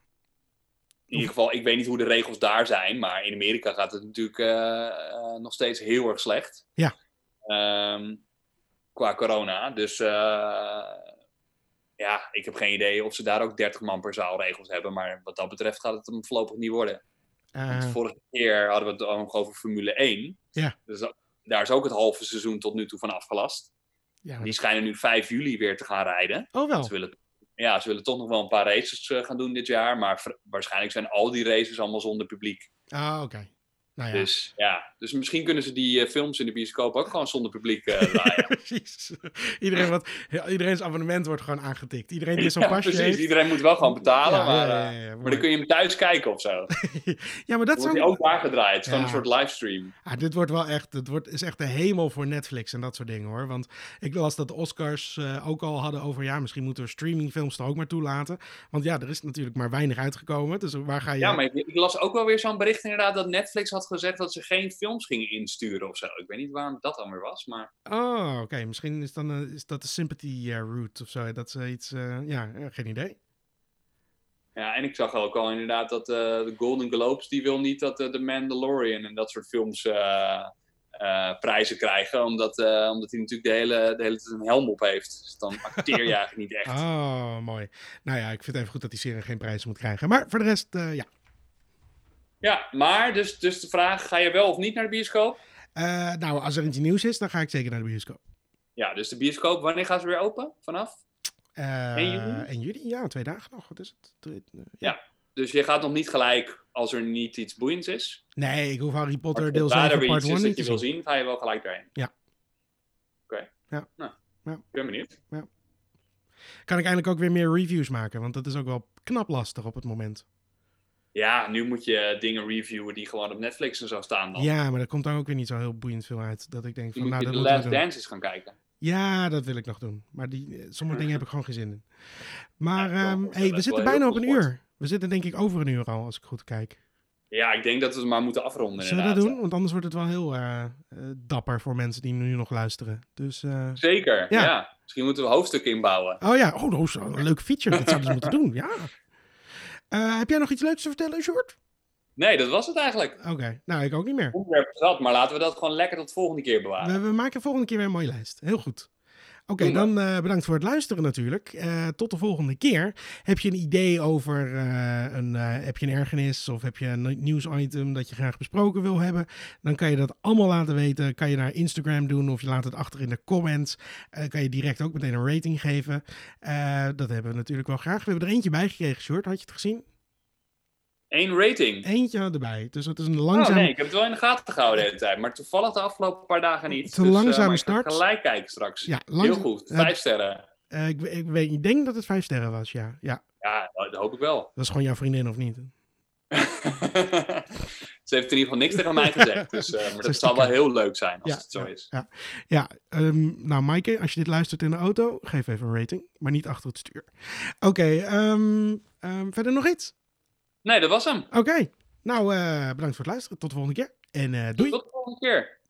in ieder geval, ik weet niet hoe de regels daar zijn, maar in Amerika gaat het natuurlijk uh, uh, nog steeds heel erg slecht. Ja. Um, qua corona, dus... Uh, Ja, ik heb geen idee of ze daar ook dertig man per zaal regels hebben. Maar wat dat betreft gaat het hem voorlopig niet worden. Uh, Want vorige keer hadden we het ook over Formule één. Ja. Dus dat, daar is ook het halve seizoen tot nu toe van afgelast. Ja, maar... Die schijnen nu vijf juli weer te gaan rijden. Oh wel? Ze willen, ja, ze willen toch nog wel een paar races uh, gaan doen dit jaar. Maar v- waarschijnlijk zijn al die races allemaal zonder publiek. Ah, oké. Okay. Nou ja. Dus, ja, dus misschien kunnen ze die uh, films in de bioscoop ook gewoon zonder publiek uh, draaien. Precies. Iedereen wat, iedereen's abonnement wordt gewoon aangetikt. Iedereen die zo'n ja, pasje precies. heeft. Iedereen moet wel gewoon betalen, ja, maar, ja, ja, ja, ja, maar dan kun je hem thuis kijken of zo. Ja, maar dat wordt zou... ook daar gedraaid. Het is ja. gewoon een soort livestream. Ah, dit wordt wel echt, het wordt, is echt de hemel voor Netflix en dat soort dingen, hoor. Want ik las dat de Oscars uh, ook al hadden over, ja, misschien moeten we streamingfilms er ook maar toelaten. Want ja, er is natuurlijk maar weinig uitgekomen. Dus waar ga je... Ja, maar ik, ik las ook wel weer zo'n bericht inderdaad dat Netflix had gezegd dat ze geen films gingen insturen of zo. Ik weet niet waarom dat dan weer was, maar... Oh, oké. Okay. Misschien is, dan, uh, is dat de sympathy uh, route of zo. Dat ze iets... Uh, ja, uh, geen idee. Ja, en ik zag ook al inderdaad dat uh, de Golden Globes, die wil niet dat uh, The Mandalorian en dat soort films uh, uh, prijzen krijgen. Omdat, uh, omdat hij natuurlijk de hele, de hele tijd een helm op heeft. Dus dan acteer je eigenlijk niet echt. Oh, mooi. Nou ja, ik vind het even goed dat die serie geen prijzen moet krijgen. Maar voor de rest, uh, ja. Ja, maar dus, dus de vraag, ga je wel of niet naar de bioscoop? Uh, nou, als er iets nieuws is, dan ga ik zeker naar de bioscoop. Ja, dus de bioscoop, wanneer gaan ze weer open? Vanaf? Uh, één juli? één juli, ja, twee dagen nog. Wat is het? Twee, uh, ja. ja, dus je gaat nog niet gelijk als er niet iets boeiends is? Nee, ik hoef Harry Potter deel zeven part één niet dat te je wil zien, ga je wel gelijk daarheen? Ja. Oké. Okay. Ja. Nou, ja. ik ben benieuwd. Ja. Kan ik eindelijk ook weer meer reviews maken, want dat is ook wel knap lastig op het moment. Ja, nu moet je dingen reviewen die gewoon op Netflix en zo staan dan. Ja, maar er komt dan ook weer niet zo heel boeiend veel uit. Dat ik denk van, Nu moet nou, je dat The moeten we Last doen. Dance eens gaan kijken. Ja, dat wil ik nog doen. Maar die, sommige dingen heb ik gewoon geen zin in. Maar Ja, um, dat hey, is we zitten wel bijna heel op een goed sport. uur. We zitten denk ik over een uur al, als ik goed kijk. Ja, ik denk dat we het maar moeten afronden Zullen we inderdaad. dat doen? Want anders wordt het wel heel uh, uh, dapper voor mensen die nu nog luisteren. Dus, uh... Zeker, ja. ja. Misschien moeten we hoofdstukken inbouwen. Oh ja, oh, dat is een leuke feature. Dat zouden ze moeten doen, ja. Uh, heb jij nog iets leuks te vertellen, Sjoerd? Nee, dat was het eigenlijk. Oké, okay. Nou, ik ook niet meer. Onderwerp gehad, maar laten we dat gewoon lekker tot de volgende keer bewaren. We, we maken de volgende keer weer een mooie lijst. Heel goed. Oké, okay, dan uh, bedankt voor het luisteren natuurlijk. Uh, tot de volgende keer. Heb je een idee over uh, een, uh, heb je een ergernis of heb je een nieuwsitem dat je graag besproken wil hebben? Dan kan je dat allemaal laten weten. Kan je naar Instagram doen of je laat het achter in de comments. Uh, kan je direct ook meteen een rating geven. Uh, dat hebben we natuurlijk wel graag. We hebben er eentje bij gekregen, Sjoerd. Had je het gezien? Eén rating? Eentje erbij. Dus het is een langzaam... Oh nee, ik heb het wel in de gaten gehouden de hele tijd. Maar toevallig de afgelopen paar dagen niet. Het is een dus, langzame uh, start. Ik ga gelijk kijken straks. Ja, langza- Heel goed. Vijf uh, sterren. Uh, ik, ik, weet, ik denk dat het vijf sterren was, ja. Ja, ja dat hoop ik wel. Dat is gewoon jouw vriendin, of niet? Ze heeft in ieder geval niks tegen mij gezegd. Dus, uh, maar dat zal wel heel leuk zijn als ja, het zo ja, is. Ja, ja um, nou Maaike, als je dit luistert in de auto, geef even een rating. Maar niet achter het stuur. Oké, okay, um, um, verder nog iets? Nee, dat was hem. Oké, okay. Nou uh, bedankt voor het luisteren. Tot de volgende keer. En uh, doei. Tot de volgende keer.